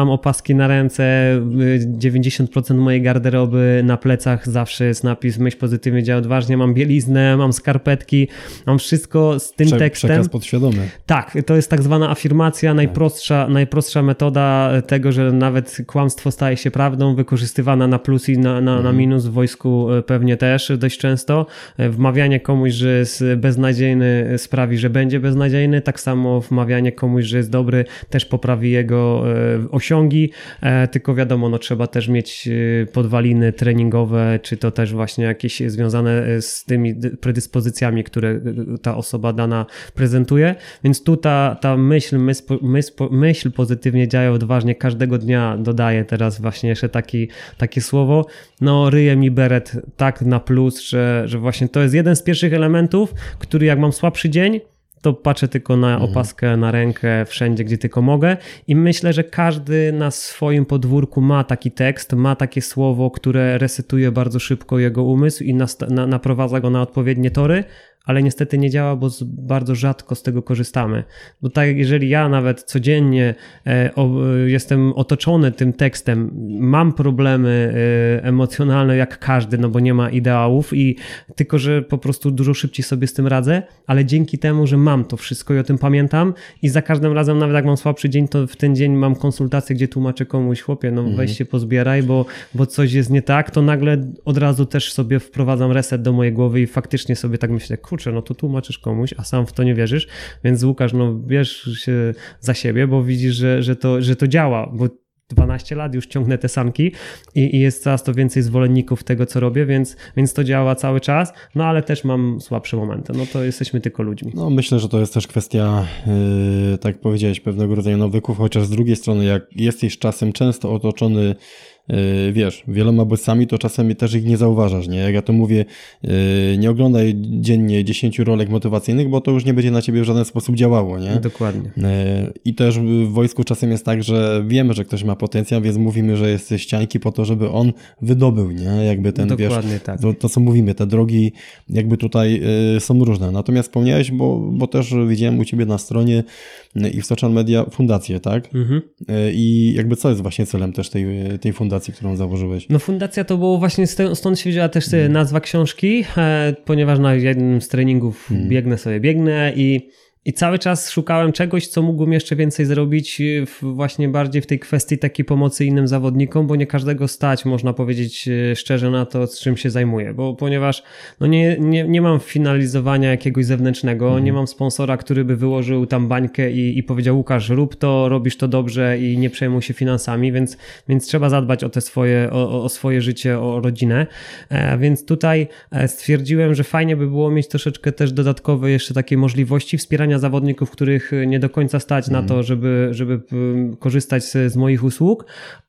mam opaski na ręce, dziewięćdziesiąt procent mojej garderoby na plecach zawsze jest napis myśl pozytywnie, działa odważnie, mam bieliznę, mam skarpetki, mam wszystko z tym Prze- tekstem. Przekaz podświadomy. Tak, to jest tak zwana afirmacja, najprostsza, najprostsza metoda tego, że nawet kłamstwo staje się prawdą, wykorzystywana na plus i na, na, na minus, w wojsku pewnie też dość często. Wmawianie komuś, że jest beznadziejny, sprawi, że będzie beznadziejny, tak samo wmawianie komuś, że jest dobry, też poprawi jego osiągi, tylko wiadomo, no trzeba też mieć podwaliny treningowe, czy to też właśnie jakieś związane z tymi predyspozycjami, które ta osoba dana prezentuje, więc tu ta, ta myśl, myśl, myśl, myśl pozytywnie działa odważnie, każdego dnia dodaję teraz właśnie jeszcze taki, takie słowo, no ryje mi beret tak na plus, że, że właśnie to jest jeden z pierwszych elementów, który jak mam słabszy dzień, to patrzę tylko na opaskę, na rękę, wszędzie, gdzie tylko mogę i myślę, że każdy na swoim podwórku ma taki tekst, ma takie słowo, które resetuje bardzo szybko jego umysł i nast- na- naprowadza go na odpowiednie tory, ale niestety nie działa, bo z, bardzo rzadko z tego korzystamy. Bo tak, jeżeli ja nawet codziennie e, o, jestem otoczony tym tekstem, mam problemy e, emocjonalne jak każdy, no bo nie ma ideałów i tylko, że po prostu dużo szybciej sobie z tym radzę, ale dzięki temu, że mam to wszystko i o tym pamiętam i za każdym razem, nawet jak mam słabszy dzień, to w ten dzień mam konsultację, gdzie tłumaczę komuś, chłopie, no mhm. weź się pozbieraj, bo, bo coś jest nie tak, to nagle od razu też sobie wprowadzam reset do mojej głowy i faktycznie sobie tak myślę, kurczę, no to tłumaczysz komuś, a sam w to nie wierzysz, więc Łukasz, no bierz się za siebie, bo widzisz, że, że, to, że to działa, bo dwanaście lat już ciągnę te sanki i, i jest coraz to więcej zwolenników tego, co robię, więc, więc to działa cały czas, no ale też mam słabsze momenty, no to jesteśmy tylko ludźmi. No myślę, że to jest też kwestia, yy, tak jak powiedziałeś, pewnego rodzaju nawyków, chociaż z drugiej strony, jak jesteś czasem często otoczony Yy, wiesz, wieloma bodźcami, to czasem też ich nie zauważasz, nie? Jak ja to mówię, yy, nie oglądaj dziennie dziesięciu rolek motywacyjnych, bo to już nie będzie na ciebie w żaden sposób działało, nie? Dokładnie. Yy, I też w wojsku czasem jest tak, że wiemy, że ktoś ma potencjał, więc mówimy, że jest ścianki po to, żeby on wydobył, nie? Jakby ten, Dokładnie wiesz, tak. to, to co mówimy, te drogi jakby tutaj yy, są różne. Natomiast wspomniałeś, bo, bo też widziałem u ciebie na stronie yy, i w social media fundację, tak? Mhm. Yy, I jakby co jest właśnie celem też tej, tej fundacji, którą założyłeś? No fundacja to było właśnie stąd się wzięła też hmm. nazwa książki, e, ponieważ na jednym z treningów hmm. biegnę sobie, biegnę i I cały czas szukałem czegoś, co mógłbym jeszcze więcej zrobić w, właśnie bardziej w tej kwestii takiej pomocy innym zawodnikom, bo nie każdego stać, można powiedzieć szczerze, na to, z czym się zajmuję, bo ponieważ no nie, nie, nie mam finalizowania jakiegoś zewnętrznego, mhm. nie mam sponsora, który by wyłożył tam bańkę i, i powiedział, Łukasz, rób to, robisz to dobrze i nie przejmuj się finansami, więc, więc trzeba zadbać o te swoje, o, o swoje życie, o rodzinę, e, więc tutaj stwierdziłem, że fajnie by było mieć troszeczkę też dodatkowe jeszcze takiej możliwości wspierania zawodników, których nie do końca stać mm. na to, żeby, żeby korzystać z, z moich usług.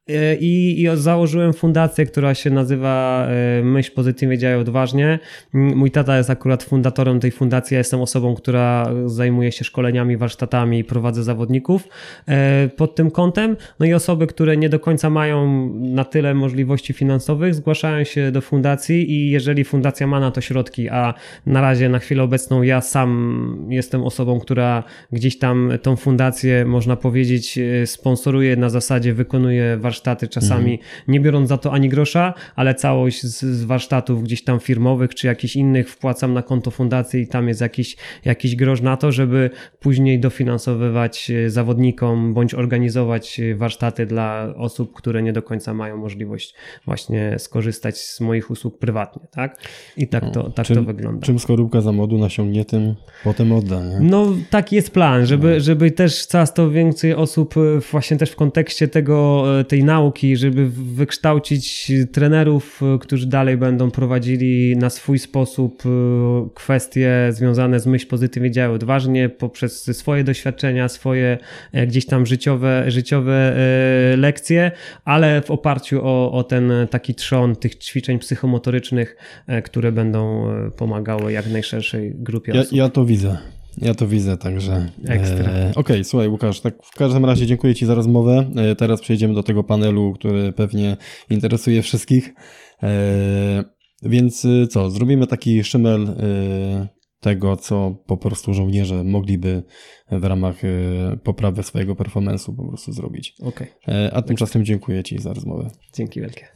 I, I założyłem fundację, która się nazywa Myśl pozytywnie, działaj odważnie. Mój tata jest akurat fundatorem tej fundacji, ja jestem osobą, która zajmuje się szkoleniami, warsztatami i prowadzę zawodników pod tym kątem. No i osoby, które nie do końca mają na tyle możliwości finansowych, zgłaszają się do fundacji i jeżeli fundacja ma na to środki, a na razie na chwilę obecną ja sam jestem osobą, która gdzieś tam tą fundację, można powiedzieć, sponsoruje na zasadzie, wykonuje warsztaty warsztaty czasami, mhm. nie biorąc za to ani grosza, ale całość z, z warsztatów gdzieś tam firmowych czy jakichś innych wpłacam na konto fundacji i tam jest jakiś, jakiś grosz na to, żeby później dofinansowywać zawodnikom bądź organizować warsztaty dla osób, które nie do końca mają możliwość właśnie skorzystać z moich usług prywatnie, tak? I tak to, tak czym, to wygląda. Czym skorupka za modu nasiągnie, tym potem odda, nie? No taki jest plan, żeby, żeby też coraz to więcej osób właśnie też w kontekście tego, tej nauki, żeby wykształcić trenerów, którzy dalej będą prowadzili na swój sposób kwestie związane z myśl pozytywnie, działaj odważnie poprzez swoje doświadczenia, swoje gdzieś tam życiowe, życiowe lekcje, ale w oparciu o, o ten taki trzon tych ćwiczeń psychomotorycznych, które będą pomagały jak najszerszej grupie ja, osób. Ja to widzę. Ja to widzę, także... Ekstra. E, Okej, okay, słuchaj Łukasz, tak w każdym razie dziękuję Ci za rozmowę. E, teraz przejdziemy do tego panelu, który pewnie interesuje wszystkich. E, więc co, zrobimy taki szymel e, tego, co po prostu żołnierze mogliby w ramach poprawy swojego performance'u po prostu zrobić. Okay. A tymczasem dziękuję Ci za rozmowę. Dzięki wielkie.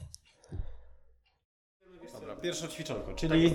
Dobra, pierwsze ćwiczonko, czyli...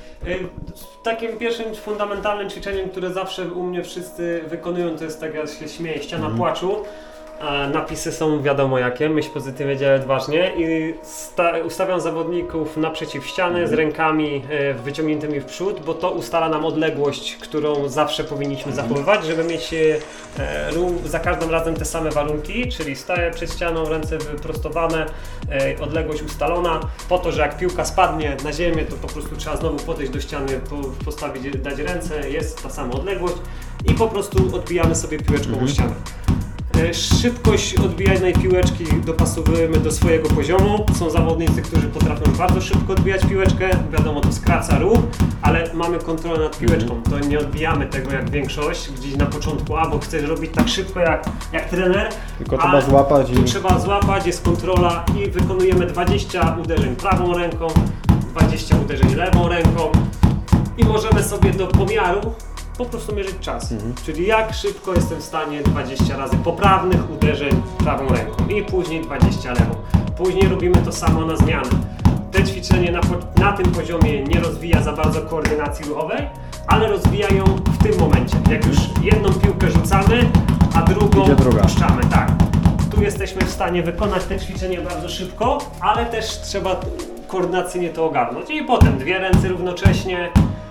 Takim pierwszym fundamentalnym ćwiczeniem, które zawsze u mnie wszyscy wykonują, to jest, tak jak się śmieję, ściana mm. płaczu. Napisy są wiadomo jakie, myśl pozytywnie, działa odważnie i ustawiam zawodników naprzeciw ściany z rękami wyciągniętymi w przód, bo to ustala nam odległość, którą zawsze powinniśmy zachowywać, żeby mieć za każdym razem te same warunki, czyli staję przed ścianą, ręce wyprostowane, odległość ustalona, po to, że jak piłka spadnie na ziemię, to po prostu trzeba znowu podejść do ściany, postawić, dać ręce, jest ta sama odległość i po prostu odbijamy sobie piłeczką o ścianę. Szybkość odbijanej piłeczki dopasowujemy do swojego poziomu. Są zawodnicy, którzy potrafią bardzo szybko odbijać piłeczkę. Wiadomo, to skraca ruch, ale mamy kontrolę nad piłeczką. To nie odbijamy tego jak większość, gdzieś na początku, albo chcesz robić tak szybko jak, jak trener. Tylko trzeba złapać. I... Trzeba złapać, jest kontrola i wykonujemy dwadzieścia uderzeń prawą ręką, dwadzieścia uderzeń lewą ręką i możemy sobie do pomiaru po prostu mierzyć czas, mhm. czyli jak szybko jestem w stanie dwadzieścia razy poprawnych uderzeń prawą ręką i później dwadzieścia lewą. Później robimy to samo na zmianę. Te ćwiczenie na, na tym poziomie nie rozwija za bardzo koordynacji ruchowej, ale rozwija ją w tym momencie. Jak już jedną piłkę rzucamy, a drugą puszczamy. Tak. Tu jesteśmy w stanie wykonać te ćwiczenie bardzo szybko, ale też trzeba koordynacyjnie to ogarnąć. I potem dwie ręce równocześnie,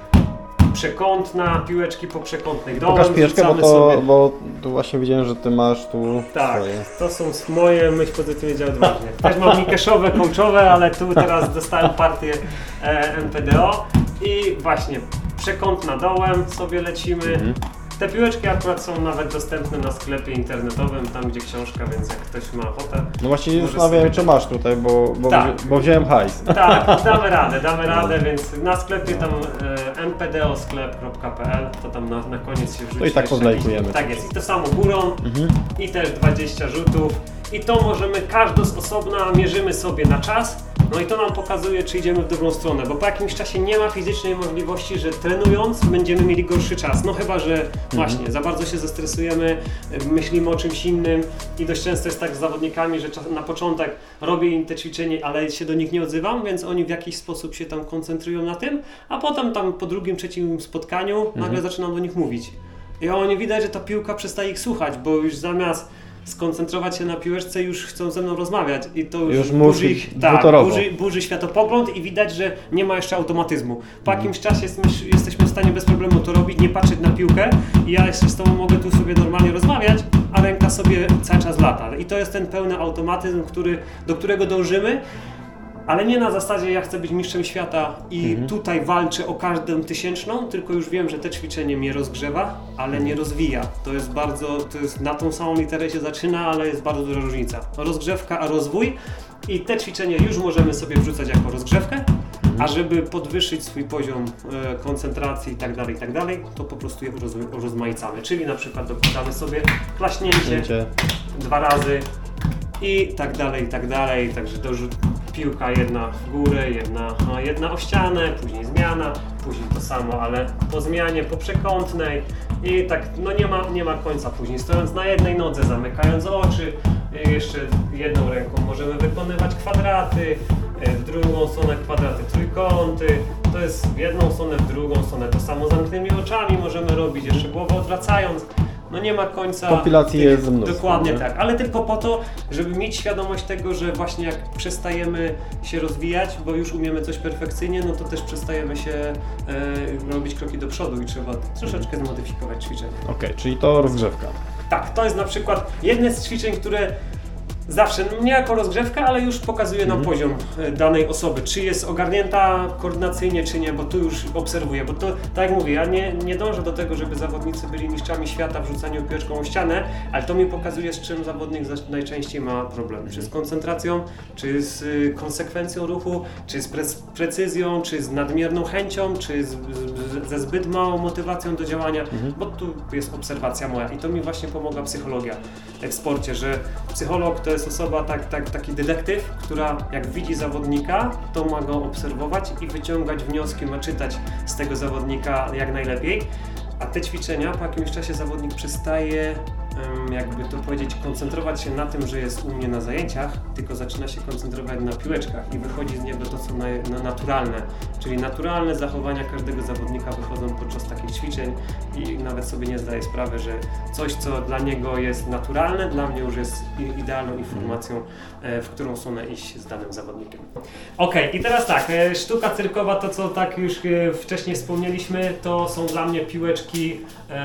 przekątna, piłeczki po przekątnych dołem. Pokaż piłeczkę, bo, to, bo tu właśnie widziałem, że Ty masz tu tak, swoje. To są moje, myśl pozytywnie działa odważnie. Też mam mikeszowe, coachowe, ale tu teraz dostałem partię e, M P D O i właśnie przekątna dołem sobie lecimy. Mhm. Te piłeczki akurat są nawet dostępne na sklepie internetowym, tam gdzie książka, więc jak ktoś ma ochotę. No właśnie zastanawiam się, czy masz tutaj, bo, bo, tak. bo wziąłem hajs. Tak, damy radę, damy radę, więc na sklepie tam e, m p d o sklep kropka p l, to tam na, na koniec się wrzuci. To i tak podlajkujemy. Tak jest, i to samo górą mhm. i też dwadzieścia rzutów i to możemy, każdy z osobna mierzymy sobie na czas. No i to nam pokazuje, czy idziemy w dobrą stronę, bo po jakimś czasie nie ma fizycznej możliwości, że trenując będziemy mieli gorszy czas. No chyba, że właśnie mhm. za bardzo się zestresujemy, myślimy o czymś innym i dość często jest tak z zawodnikami, że na początek robię im te ćwiczenie, ale się do nich nie odzywam, więc oni w jakiś sposób się tam koncentrują na tym, a potem tam po drugim, trzecim spotkaniu mhm. nagle zaczynam do nich mówić. I oni widać, że ta piłka przestaje ich słuchać, bo już zamiast skoncentrować się na piłeczce, już chcą ze mną rozmawiać i to już, już burzy, ich, tak, burzy, burzy światopogląd i widać, że nie ma jeszcze automatyzmu. Po jakimś czasie jesteśmy w stanie bez problemu to robić, nie patrzeć na piłkę i ja jeszcze z tobą mogę tu sobie normalnie rozmawiać, a ręka sobie cały czas lata. I to jest ten pełny automatyzm, który, do którego dążymy, ale nie na zasadzie ja chcę być mistrzem świata i mhm. tutaj walczę o każdą tysięczną, tylko już wiem, że te ćwiczenie mnie rozgrzewa, ale nie rozwija. To jest bardzo, to jest na tą samą literę się zaczyna, ale jest bardzo duża różnica. Rozgrzewka a rozwój i te ćwiczenie już możemy sobie wrzucać jako rozgrzewkę, mhm. a żeby podwyższyć swój poziom e, koncentracji i tak dalej, i tak dalej, to po prostu je roz, rozmaicamy. Czyli na przykład dokładamy sobie klaśnięcie dwa razy i tak dalej, i tak dalej, także dorzut. Piłka jedna w górę, jedna, jedna o ścianę, później zmiana, później to samo, ale po zmianie, po przekątnej i tak, no nie ma, nie ma końca później. Stojąc na jednej nodze, zamykając oczy, jeszcze jedną ręką możemy wykonywać kwadraty, w drugą stronę kwadraty, trójkąty, to jest w jedną stronę, w drugą stronę, to samo zamkniętymi oczami możemy robić, jeszcze głowę odwracając. No nie ma końca. Kompilacji tych, jest mnóstwo. Dokładnie nie? Tak, ale tylko po to, żeby mieć świadomość tego, że właśnie jak przestajemy się rozwijać, bo już umiemy coś perfekcyjnie, no to też przestajemy się e, robić kroki do przodu i trzeba troszeczkę zmodyfikować ćwiczenie. Okej, okay, czyli to rozgrzewka. Tak, to jest na przykład jedne z ćwiczeń, które zawsze, nie jako rozgrzewka, ale już pokazuje nam mhm. poziom danej osoby, czy jest ogarnięta koordynacyjnie, czy nie, bo tu już obserwuję, bo to, tak jak mówię, ja nie, nie dążę do tego, żeby zawodnicy byli mistrzami świata w rzucaniu piłeczką o ścianę, ale to mi pokazuje, z czym zawodnik najczęściej ma problem, czy z koncentracją, czy z konsekwencją ruchu, czy z pre- precyzją, czy z nadmierną chęcią, czy z, z, ze zbyt małą motywacją do działania, mhm. bo tu jest obserwacja moja i to mi właśnie pomaga psychologia w sporcie, że psycholog to jest jest osoba, tak, tak, taki detektyw, która jak widzi zawodnika, to ma go obserwować i wyciągać wnioski, ma czytać z tego zawodnika jak najlepiej. A te ćwiczenia, po jakimś czasie zawodnik przestaje, jakby to powiedzieć, koncentrować się na tym, że jest u mnie na zajęciach, tylko zaczyna się koncentrować na piłeczkach i wychodzi z niego to, co na, na naturalne. Czyli naturalne zachowania każdego zawodnika wychodzą podczas takich ćwiczeń i nawet sobie nie zdaje sprawy, że coś, co dla niego jest naturalne, dla mnie już jest idealną informacją, w którą stronę iść z danym zawodnikiem. Okej, okay, i teraz tak, sztuka cyrkowa, to co tak już wcześniej wspomnieliśmy, to są dla mnie piłeczki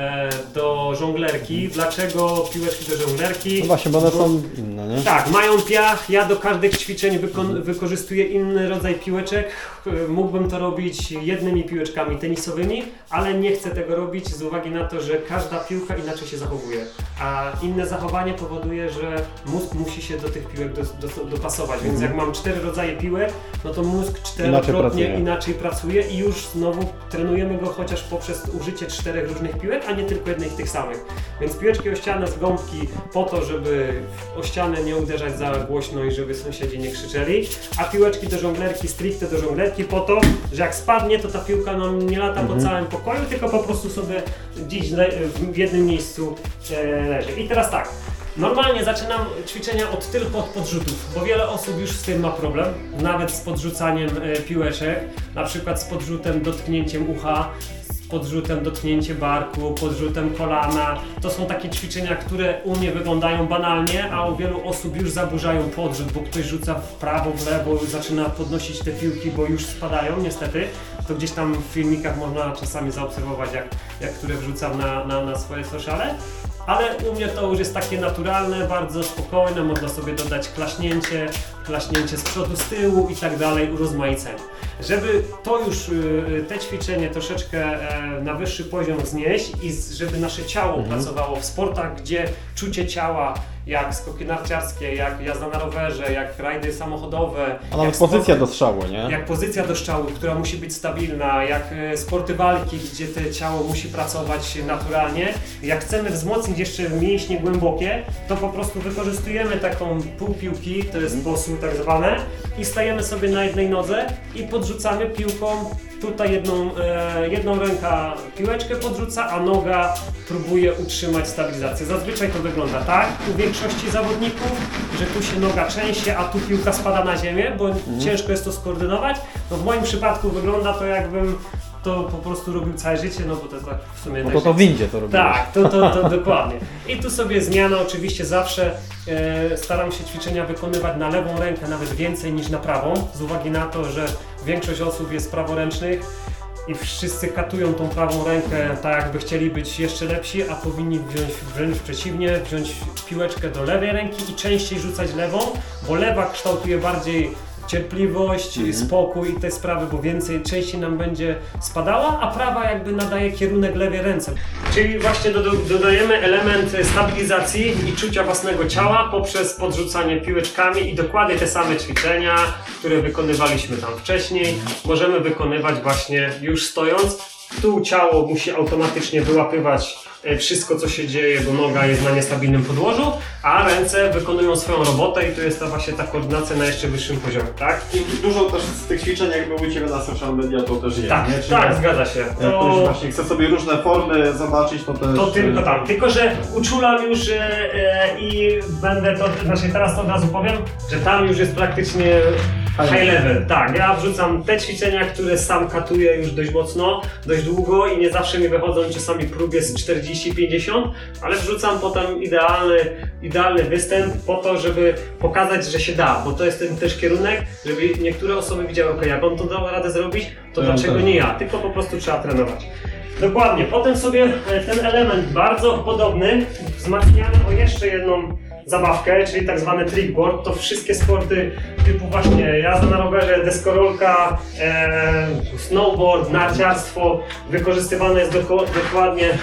do żonglerki. Dlaczego piłeczki do żonglerki? No właśnie, bo one są inne, nie? Tak, mają piach, ja do każdych ćwiczeń wyko- wykorzystuję inny rodzaj piłeczek. Mógłbym to robić jednymi piłeczkami tenisowymi, ale nie chcę tego robić z uwagi na to, że każda piłka inaczej się zachowuje. A inne zachowanie powoduje, że mózg musi się do tych piłek do, do, dopasować, więc jak mam cztery rodzaje piłek, no to mózg czterokrotnie inaczej, inaczej pracuje i już znowu trenujemy go chociaż poprzez użycie czterech różnych piłek, a nie tylko jednych tych samych. Więc piłeczki ościane z gąbki po to, żeby o ścianę nie uderzać za głośno i żeby sąsiedzi nie krzyczeli, a piłeczki do żonglerki, stricte do żonglerki po to, że jak spadnie, to ta piłka no, nie lata mhm. po całym pokoju, tylko po prostu sobie gdzieś w jednym miejscu leży. I teraz tak, normalnie zaczynam ćwiczenia od tylko od podrzutów, bo wiele osób już z tym ma problem, nawet z podrzucaniem piłeczek, na przykład z podrzutem, dotknięciem ucha, podrzutem dotknięcie barku, podrzutem kolana. To są takie ćwiczenia, które u mnie wyglądają banalnie, a u wielu osób już zaburzają podrzut, bo ktoś rzuca w prawo, w lewo, zaczyna podnosić te piłki, bo już spadają niestety. To gdzieś tam w filmikach można czasami zaobserwować, jak, jak które wrzucam na, na, na swoje sociale. Ale u mnie to już jest takie naturalne, bardzo spokojne, można sobie dodać klaśnięcie, klaśnięcie z przodu, z tyłu i tak dalej, urozmaicenie. Żeby to już, te ćwiczenie troszeczkę na wyższy poziom wznieść i żeby nasze ciało mhm. pracowało w sportach, gdzie czucie ciała, jak skoki narciarskie, jak jazda na rowerze, jak rajdy samochodowe. A nawet pozycja sport, do strzału, nie? Jak pozycja do strzału, która musi być stabilna, jak sporty walki, gdzie to ciało musi pracować naturalnie. Jak chcemy wzmocnić jeszcze mięśnie głębokie, to po prostu wykorzystujemy taką półpiłki, to jest bosu tak zwane, i stajemy sobie na jednej nodze i podrzucamy piłką. Tutaj jedną, e, jedną ręka piłeczkę podrzuca, a noga próbuje utrzymać stabilizację. Zazwyczaj to wygląda tak u większości zawodników, że tu się noga trzęsie, a tu piłka spada na ziemię, bo mhm. ciężko jest to skoordynować. No w moim przypadku wygląda to, jakbym to po prostu robił całe życie, no bo to tak w sumie... No to to w windzie to robiłeś. Tak, to, to, to dokładnie. I tu sobie zmiana, oczywiście zawsze e, staram się ćwiczenia wykonywać na lewą rękę nawet więcej niż na prawą, z uwagi na to, że większość osób jest praworęcznych i wszyscy katują tą prawą rękę tak, jakby chcieli być jeszcze lepsi, a powinni wziąć wręcz przeciwnie, wziąć piłeczkę do lewej ręki i częściej rzucać lewą, bo lewa kształtuje bardziej cierpliwość, mhm. spokój i te sprawy, bo więcej, częściej nam będzie spadała, a prawa jakby nadaje kierunek lewej ręce. Czyli właśnie do, do, dodajemy element stabilizacji i czucia własnego ciała poprzez podrzucanie piłeczkami i dokładnie te same ćwiczenia, które wykonywaliśmy tam wcześniej, możemy wykonywać właśnie już stojąc. Tu ciało musi automatycznie wyłapywać wszystko, co się dzieje, bo noga jest na niestabilnym podłożu, a ręce wykonują swoją robotę i tu jest ta właśnie ta koordynacja na jeszcze wyższym poziomie, tak? I dużo też z tych ćwiczeń, jakby u Ciebie na social media, to też jest, tak, nie? Czyli tak, zgadza się. Jak to... ktoś właśnie chce sobie różne formy zobaczyć, to też... To tylko tam, tylko że uczulam już e, e, i będę to, znaczy teraz to od razu powiem, że tam już jest praktycznie high level. Tak, ja wrzucam te ćwiczenia, które sam katuję już dość mocno, dość długo i nie zawsze mi wychodzą, czasami próbie z czterdzieści pięćdziesiąt, ale wrzucam potem idealny, idealny występ po to, żeby pokazać, że się da, bo to jest ten też kierunek, żeby niektóre osoby widziały, ok, jak on to dał radę zrobić, to ja dlaczego tak. nie ja, tylko po prostu trzeba trenować. Dokładnie, potem sobie ten element bardzo podobny wzmacniamy o jeszcze jedną zabawkę, czyli tak zwany trickboard. To wszystkie sporty typu właśnie jazda na rowerze, deskorolka, e, snowboard, narciarstwo, wykorzystywane jest doko- dokładnie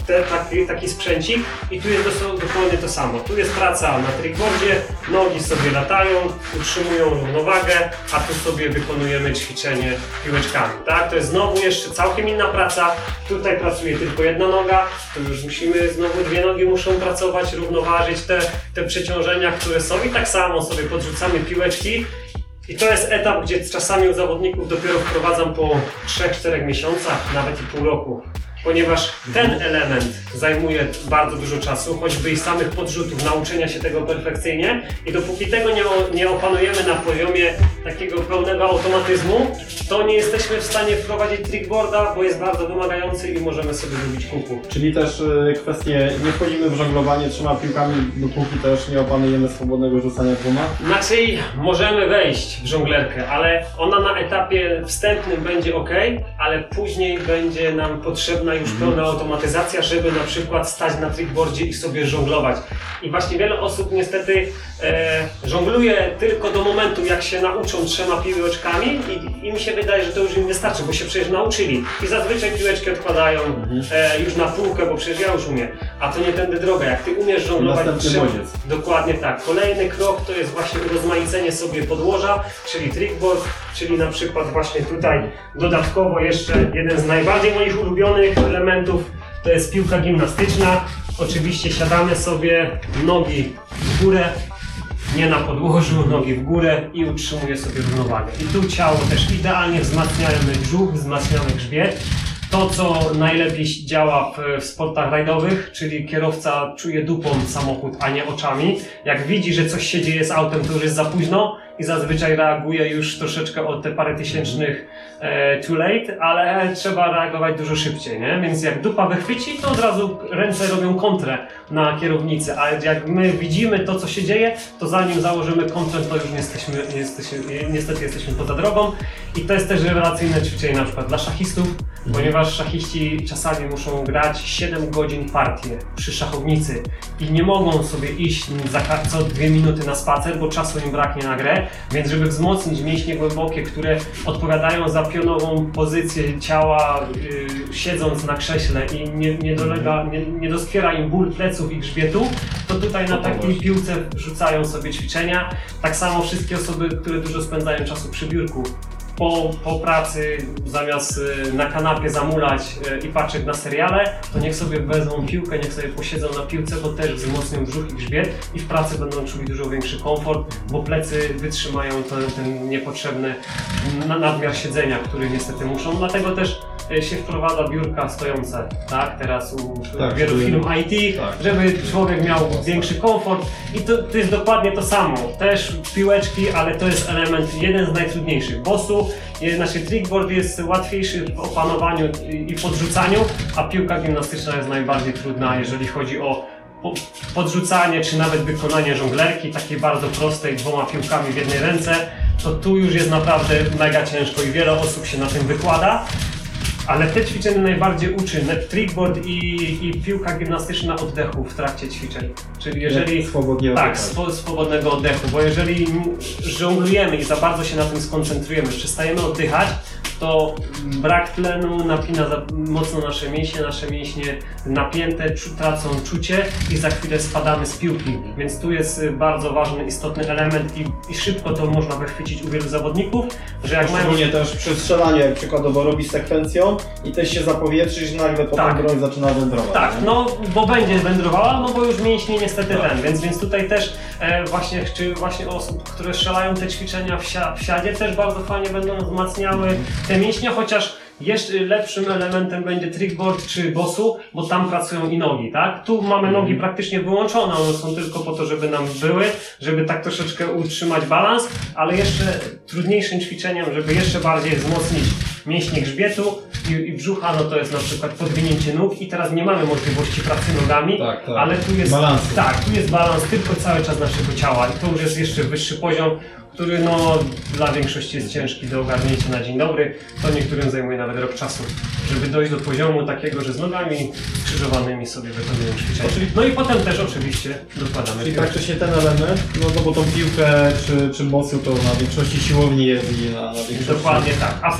te, taki, taki sprzęcik i tu jest dos- dokładnie to samo. Tu jest praca na trickboardzie, nogi sobie latają, utrzymują równowagę, a tu sobie wykonujemy ćwiczenie piłeczkami, tak? To jest znowu jeszcze całkiem inna praca. Tutaj pracuje tylko jedna noga, tu już musimy, znowu dwie nogi muszą pracować, równoważyć te, te przeciążenia, które są i tak samo sobie podrzucamy piłeczki. I to jest etap, gdzie czasami u zawodników dopiero wprowadzam po trzech czterech miesiącach, nawet i pół roku. Ponieważ ten element zajmuje bardzo dużo czasu, choćby i samych podrzutów, nauczenia się tego perfekcyjnie i dopóki tego nie, nie opanujemy na poziomie takiego pełnego automatyzmu, to nie jesteśmy w stanie wprowadzić trickboarda, bo jest bardzo wymagający i możemy sobie zrobić kuku. Czyli też y, kwestie, nie wchodzimy w żonglowanie trzema piłkami, dopóki też nie opanujemy swobodnego rzucania dwoma? Znaczy, możemy wejść w żonglerkę, ale ona na etapie wstępnym będzie ok, ale później będzie nam potrzebna już pełna automatyzacja, żeby na przykład stać na trickboardzie i sobie żonglować. I właśnie wiele osób niestety e, żongluje tylko do momentu, jak się nauczą trzema piłeczkami i im się wydaje, że to już im wystarczy, bo się przecież nauczyli. I zazwyczaj piłeczki odkładają e, już na półkę, bo przecież ja już umiem. A to nie tędy droga. Jak ty umiesz żonglować Następny bodziec. Dokładnie tak. Kolejny krok to jest właśnie urozmaicenie sobie podłoża, czyli trickboard, czyli na przykład właśnie tutaj dodatkowo jeszcze jeden z najbardziej moich ulubionych elementów to jest piłka gimnastyczna. Oczywiście siadamy sobie, nogi w górę, nie na podłożu, nogi w górę i utrzymuję sobie równowagę. I tu ciało też idealnie wzmacniamy brzuch, wzmacniamy grzbiet. To, co najlepiej działa w, w sportach rajdowych, czyli kierowca czuje dupą samochód, a nie oczami. Jak widzi, że coś się dzieje z autem, to już jest za późno i zazwyczaj reaguje już troszeczkę o te parę tysięcznych e, too late, ale trzeba reagować dużo szybciej, nie? Więc jak dupa wychwyci, to od razu ręce robią kontrę na kierownicę, a jak my widzimy to, co się dzieje, to zanim założymy kontrę, to już jesteśmy, jesteśmy, niestety jesteśmy poza drogą. I to jest też rewelacyjne ćwiczenie na przykład dla szachistów, mhm. ponieważ szachiści czasami muszą grać siedem godzin partię przy szachownicy i nie mogą sobie iść za co dwie minuty na spacer, bo czasu im braknie na grę, więc żeby wzmocnić mięśnie głębokie, które odpowiadają za pionową pozycję ciała yy, siedząc na krześle i nie, nie, dolega, nie, nie doskwiera im ból pleców i grzbietu, to tutaj na takiej piłce rzucają sobie ćwiczenia. Tak samo wszystkie osoby, które dużo spędzają czasu przy biurku. Po, po pracy zamiast y, na kanapie zamulać y, i patrzeć na seriale, to niech sobie wezmą piłkę, niech sobie posiedzą na piłce, bo też wzmocnią brzuch i grzbiet i w pracy będą czuli dużo większy komfort, bo plecy wytrzymają ten, ten niepotrzebny nadmiar siedzenia, który niestety muszą. Dlatego też y, się wprowadza biurka stojące, tak? Teraz u tak, wielu żeby, firm I T, tak. żeby człowiek miał większy komfort i to, to jest dokładnie to samo. Też piłeczki, ale to jest element jeden z najtrudniejszych. Bossu, nasz trickboard jest łatwiejszy w opanowaniu i podrzucaniu, a piłka gimnastyczna jest najbardziej trudna, jeżeli chodzi o podrzucanie czy nawet wykonanie żonglerki, takiej bardzo prostej, dwoma piłkami w jednej ręce, to tu już jest naprawdę mega ciężko i wiele osób się na tym wykłada. Ale te ćwiczenia najbardziej uczy trickboard i, i piłka gimnastyczna oddechu w trakcie ćwiczeń. Czyli jeżeli... Swobodnie tak, swo, swobodnego oddechu, bo jeżeli żonglujemy i za bardzo się na tym skoncentrujemy, przestajemy oddychać, to brak tlenu napina za mocno nasze mięśnie, nasze mięśnie napięte, czu, tracą czucie i za chwilę spadamy z piłki. Więc tu jest bardzo ważny, istotny element i, i szybko to można wychwycić u wielu zawodników, że jak mają... Szczególnie też przy strzelaniu, jak przykładowo robisz sekwencją i też się zapowietrzysz i nagle potem tak. broń zaczyna wędrować. Tak, nie? no bo będzie wędrowała, no bo już mięśnie niestety tak. ten, więc, więc tutaj też e, właśnie, czy właśnie osób, które strzelają te ćwiczenia w, sia, w siadzie też bardzo fajnie będą wzmacniały te mięśnie, chociaż jeszcze lepszym elementem będzie trickboard czy bossu, bo tam pracują i nogi, tak? Tu mamy nogi praktycznie wyłączone, one są tylko po to, żeby nam były, żeby tak troszeczkę utrzymać balans, ale jeszcze trudniejszym ćwiczeniem, żeby jeszcze bardziej wzmocnić mięśnie grzbietu i, i brzucha, no to jest na przykład podwinięcie nóg i teraz nie mamy możliwości pracy nogami, tak, tak. ale tu jest, Balansu. tak, tu jest balans tylko cały czas naszego ciała i to już jest jeszcze wyższy poziom, który no dla większości jest ciężki do ogarnięcia na dzień dobry, to niektórym zajmuje nawet rok czasu, żeby dojść do poziomu takiego, że z nogami skrzyżowanymi sobie wykonują ćwiczenia. No i potem też oczywiście dokładamy. Czyli praktycznie ten element, no to bo tą piłkę czy, czy bosu to na większości siłowni jest i na, na większości... Dokładnie tak, a piłeczka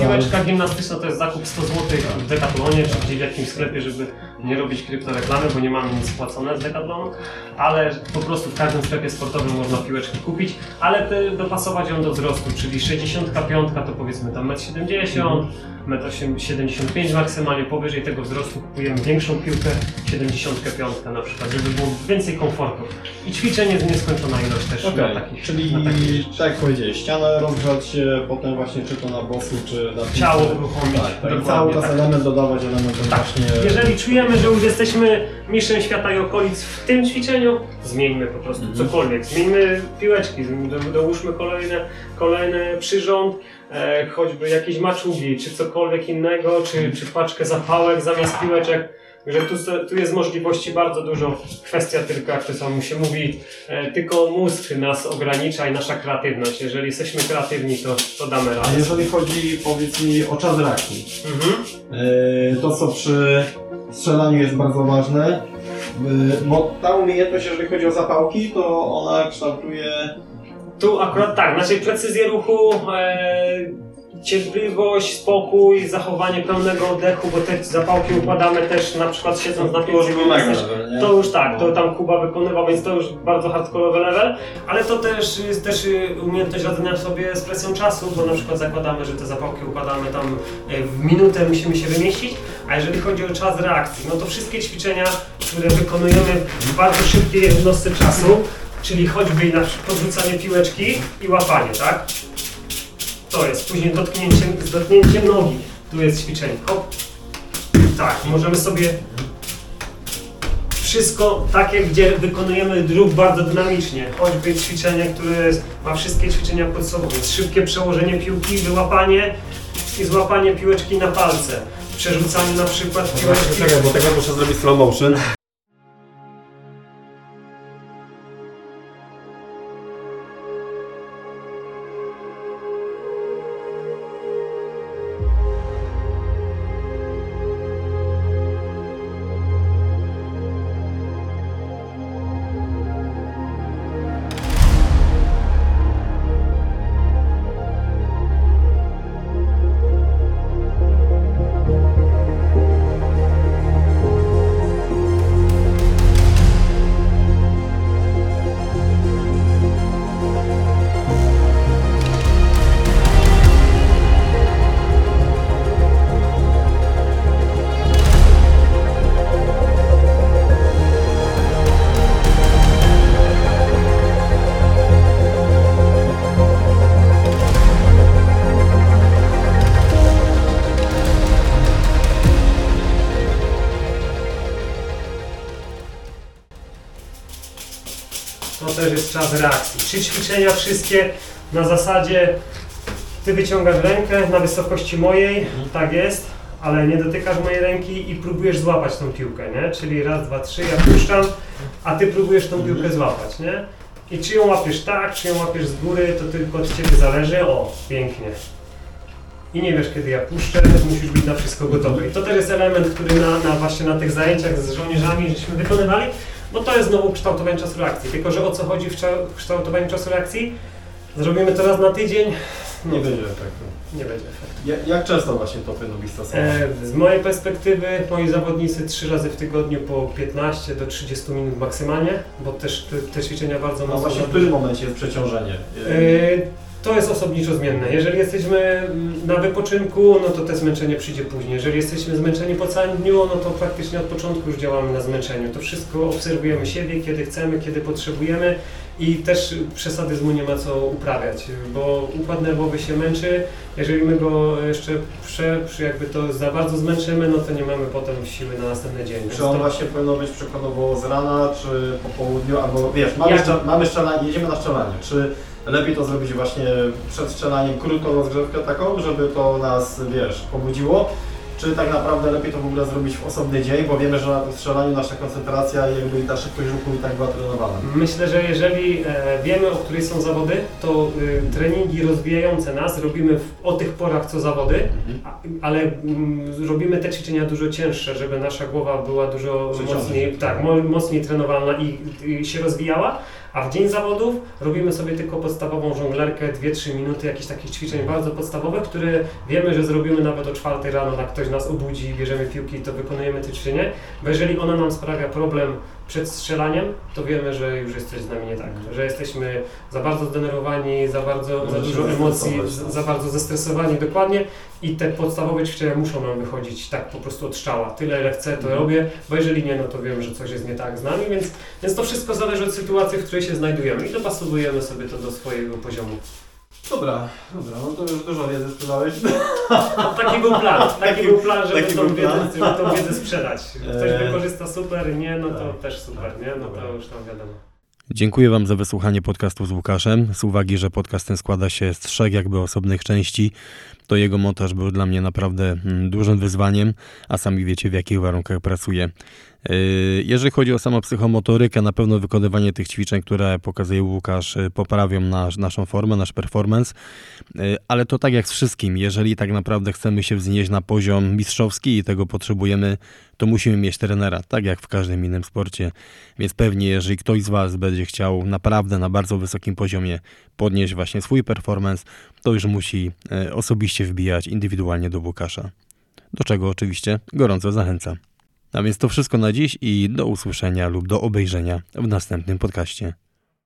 gimnastyczna to jest zakup sto złotych w Decathlonie czy gdzieś w jakimś sklepie, żeby nie robić kryptoreklamy, bo nie mamy nic płacone z Decathlonu, ale po prostu w każdym sklepie sportowym można piłeczki kupić, ale te, dopasować ją do wzrostu, czyli sześćdziesiąt pięć to powiedzmy tam metr siedemdziesiąt, metr siedemdziesiąt pięć maksymalnie, powyżej tego wzrostu kupujemy większą piłkę, siedemdziesiąt pięć na przykład, żeby było więcej komfortu. I ćwiczeń jest nieskończona ilość też Okay. na takich, Czyli na takich tak jak powiedziałeś, ścianę rozgrzać się, potem właśnie czy to na bosu, czy na ciało piłce. uruchomić. Tak, tak. I cały czas tak. element dodawać, element Tak. właśnie... Jeżeli czujemy, że już jesteśmy mistrzem świata i okolic w tym ćwiczeniu, zmieńmy po prostu Mhm. cokolwiek. Zmieńmy piłeczki, do- dołóżmy kolejne, kolejny przyrząd, e, choćby jakieś maczugi, czy cokolwiek innego, czy, czy paczkę zapałek zamiast piłeczek. Że tu, tu jest możliwości bardzo dużo. Kwestia tylko, jak to samo się mówi, e, tylko mózg nas ogranicza i nasza kreatywność. Jeżeli jesteśmy kreatywni, to, to damy A radę. jeżeli chodzi, powiedz mi, o czas reakcji, Mhm. Yy, to co przy strzelaniu jest bardzo ważne, yy, bo ta umiejętność, jeżeli chodzi o zapałki, to ona kształtuje... Tu akurat tak, znaczy precyzję ruchu, e, cierpliwość, spokój, zachowanie pełnego oddechu, bo te zapałki układamy też na przykład siedząc na piłce. To już tak, to tam Kuba wykonywał, więc to już bardzo hardkorowy level, ale to też jest też umiejętność radzenia sobie z presją czasu, bo na przykład zakładamy, że te zapałki układamy tam w minutę, musimy się wymieścić, a jeżeli chodzi o czas reakcji, no to wszystkie ćwiczenia, które wykonujemy w bardzo szybkiej jednostce czasu, czyli choćby na przykład podrzucanie piłeczki i łapanie, tak? To jest później dotknięcie, z dotknięciem nogi. Tu jest ćwiczenie. Hop. Tak, możemy sobie wszystko takie, gdzie wykonujemy ruch bardzo dynamicznie. Choćby ćwiczenie, które jest, ma wszystkie ćwiczenia pod sobą. Jest szybkie przełożenie piłki, wyłapanie i złapanie piłeczki na palce. Przerzucanie na przykład piłeczki. Czekaj, bo tego muszę zrobić slow motion. To też jest czas reakcji. Trzy ćwiczenia wszystkie na zasadzie ty wyciągasz rękę na wysokości mojej, tak jest, ale nie dotykasz mojej ręki i próbujesz złapać tą piłkę, nie? Czyli raz, dwa, trzy, ja puszczam, a ty próbujesz tą piłkę złapać, nie? I czy ją łapiesz tak, czy ją łapiesz z góry, to tylko od ciebie zależy. O, pięknie. I nie wiesz, kiedy ja puszczę, musisz być na wszystko gotowy. I to też jest element, który na, na właśnie na tych zajęciach z żołnierzami żeśmy wykonywali, bo to jest znowu kształtowanie czasu reakcji. Tylko że o co chodzi w kształtowaniu czasu reakcji? Zrobimy to raz na tydzień. No, Nie będzie efektu. Nie będzie efektu. Jak, jak często właśnie topy nogi stosować? E, z mojej perspektywy moi zawodnicy trzy razy w tygodniu po piętnaście do trzydziestu minut maksymalnie, bo też te, te ćwiczenia bardzo No mocno... właśnie w którym momencie jest przeciążenie? E, to jest osobniczo zmienne. Jeżeli jesteśmy na wypoczynku, no to te zmęczenie przyjdzie później. Jeżeli jesteśmy zmęczeni po całym dniu, no to praktycznie od początku już działamy na zmęczeniu. To wszystko obserwujemy siebie, kiedy chcemy, kiedy potrzebujemy i też przesadyzmu nie ma co uprawiać, bo układ nerwowy się męczy. Jeżeli my go jeszcze prze, jakby to za bardzo zmęczymy, no to nie mamy potem siły na następny dzień. Czy on to... właśnie powinno być przykładowo z rana, czy po południu, albo wiesz, mamy, Jak... szczel, mamy strzelanie, jedziemy na strzelanie, czy lepiej to zrobić właśnie przed strzelaniem, krótką rozgrzewkę taką, żeby to nas, wiesz, pobudziło, czy tak naprawdę lepiej to w ogóle zrobić w osobny dzień, bo wiemy, że na tym strzelaniu nasza koncentracja i jakby i ta szybkość ruchu i tak była trenowana. Myślę, że jeżeli e, wiemy, o której są zawody, to y, treningi rozwijające nas robimy w, o tych porach co zawody, Mhm. a, ale mm, robimy te ćwiczenia dużo cięższe, żeby nasza głowa była dużo Przeciążnie. mocniej, tak, mo, mocniej trenowana i, i się rozwijała, a w dzień zawodów robimy sobie tylko podstawową żonglerkę, dwie trzy minuty jakichś takich ćwiczeń bardzo podstawowych, które wiemy, że zrobimy nawet o czwartej rano, jak ktoś nas obudzi, bierzemy piłki, to wykonujemy te ćwiczenie, bo jeżeli ona nam sprawia problem przed strzelaniem, to wiemy, że już jest coś z nami nie tak, że jesteśmy za bardzo zdenerwowani, za bardzo, za Możemy dużo się emocji, zestresować, za, za bardzo zestresowani, dokładnie, i te podstawowe ćwiczenia muszą nam wychodzić tak po prostu od strzała. Tyle ile chcę, to Mhm. robię, bo jeżeli nie, no to wiem, że coś jest nie tak z nami, więc, więc to wszystko zależy od sytuacji, w której się znajdujemy i dopasowujemy sobie to do swojego poziomu. Dobra, dobra, no to już dużo wiedzy sprzedałeś. Taki był plan, taki był plan, żeby Taki tą, był plan. wiedzę, żeby tą wiedzę sprzedać. Ktoś Eee, wykorzysta super, nie, no to tak, też super, tak, nie, no dobra. to już tam wiadomo. Dziękuję Wam za wysłuchanie podcastu z Łukaszem. Z uwagi, że podcast ten składa się z trzech jakby osobnych części, to jego montaż był dla mnie naprawdę mm, dużym wyzwaniem, a sami wiecie, w jakich warunkach pracuję. Yy, Jeżeli chodzi o samą psychomotorykę, na pewno wykonywanie tych ćwiczeń, które pokazuje Łukasz, yy, poprawią nasz, naszą formę, nasz performance, yy, ale to tak jak z wszystkim, jeżeli tak naprawdę chcemy się wznieść na poziom mistrzowski i tego potrzebujemy, to musimy mieć trenera, tak jak w każdym innym sporcie. Więc pewnie, jeżeli ktoś z Was będzie chciał naprawdę na bardzo wysokim poziomie podnieść właśnie swój performance, to już musi yy, osobiście wbijać indywidualnie do Łukasza. Do czego oczywiście gorąco zachęcam. A więc to wszystko na dziś i do usłyszenia lub do obejrzenia w następnym podcaście.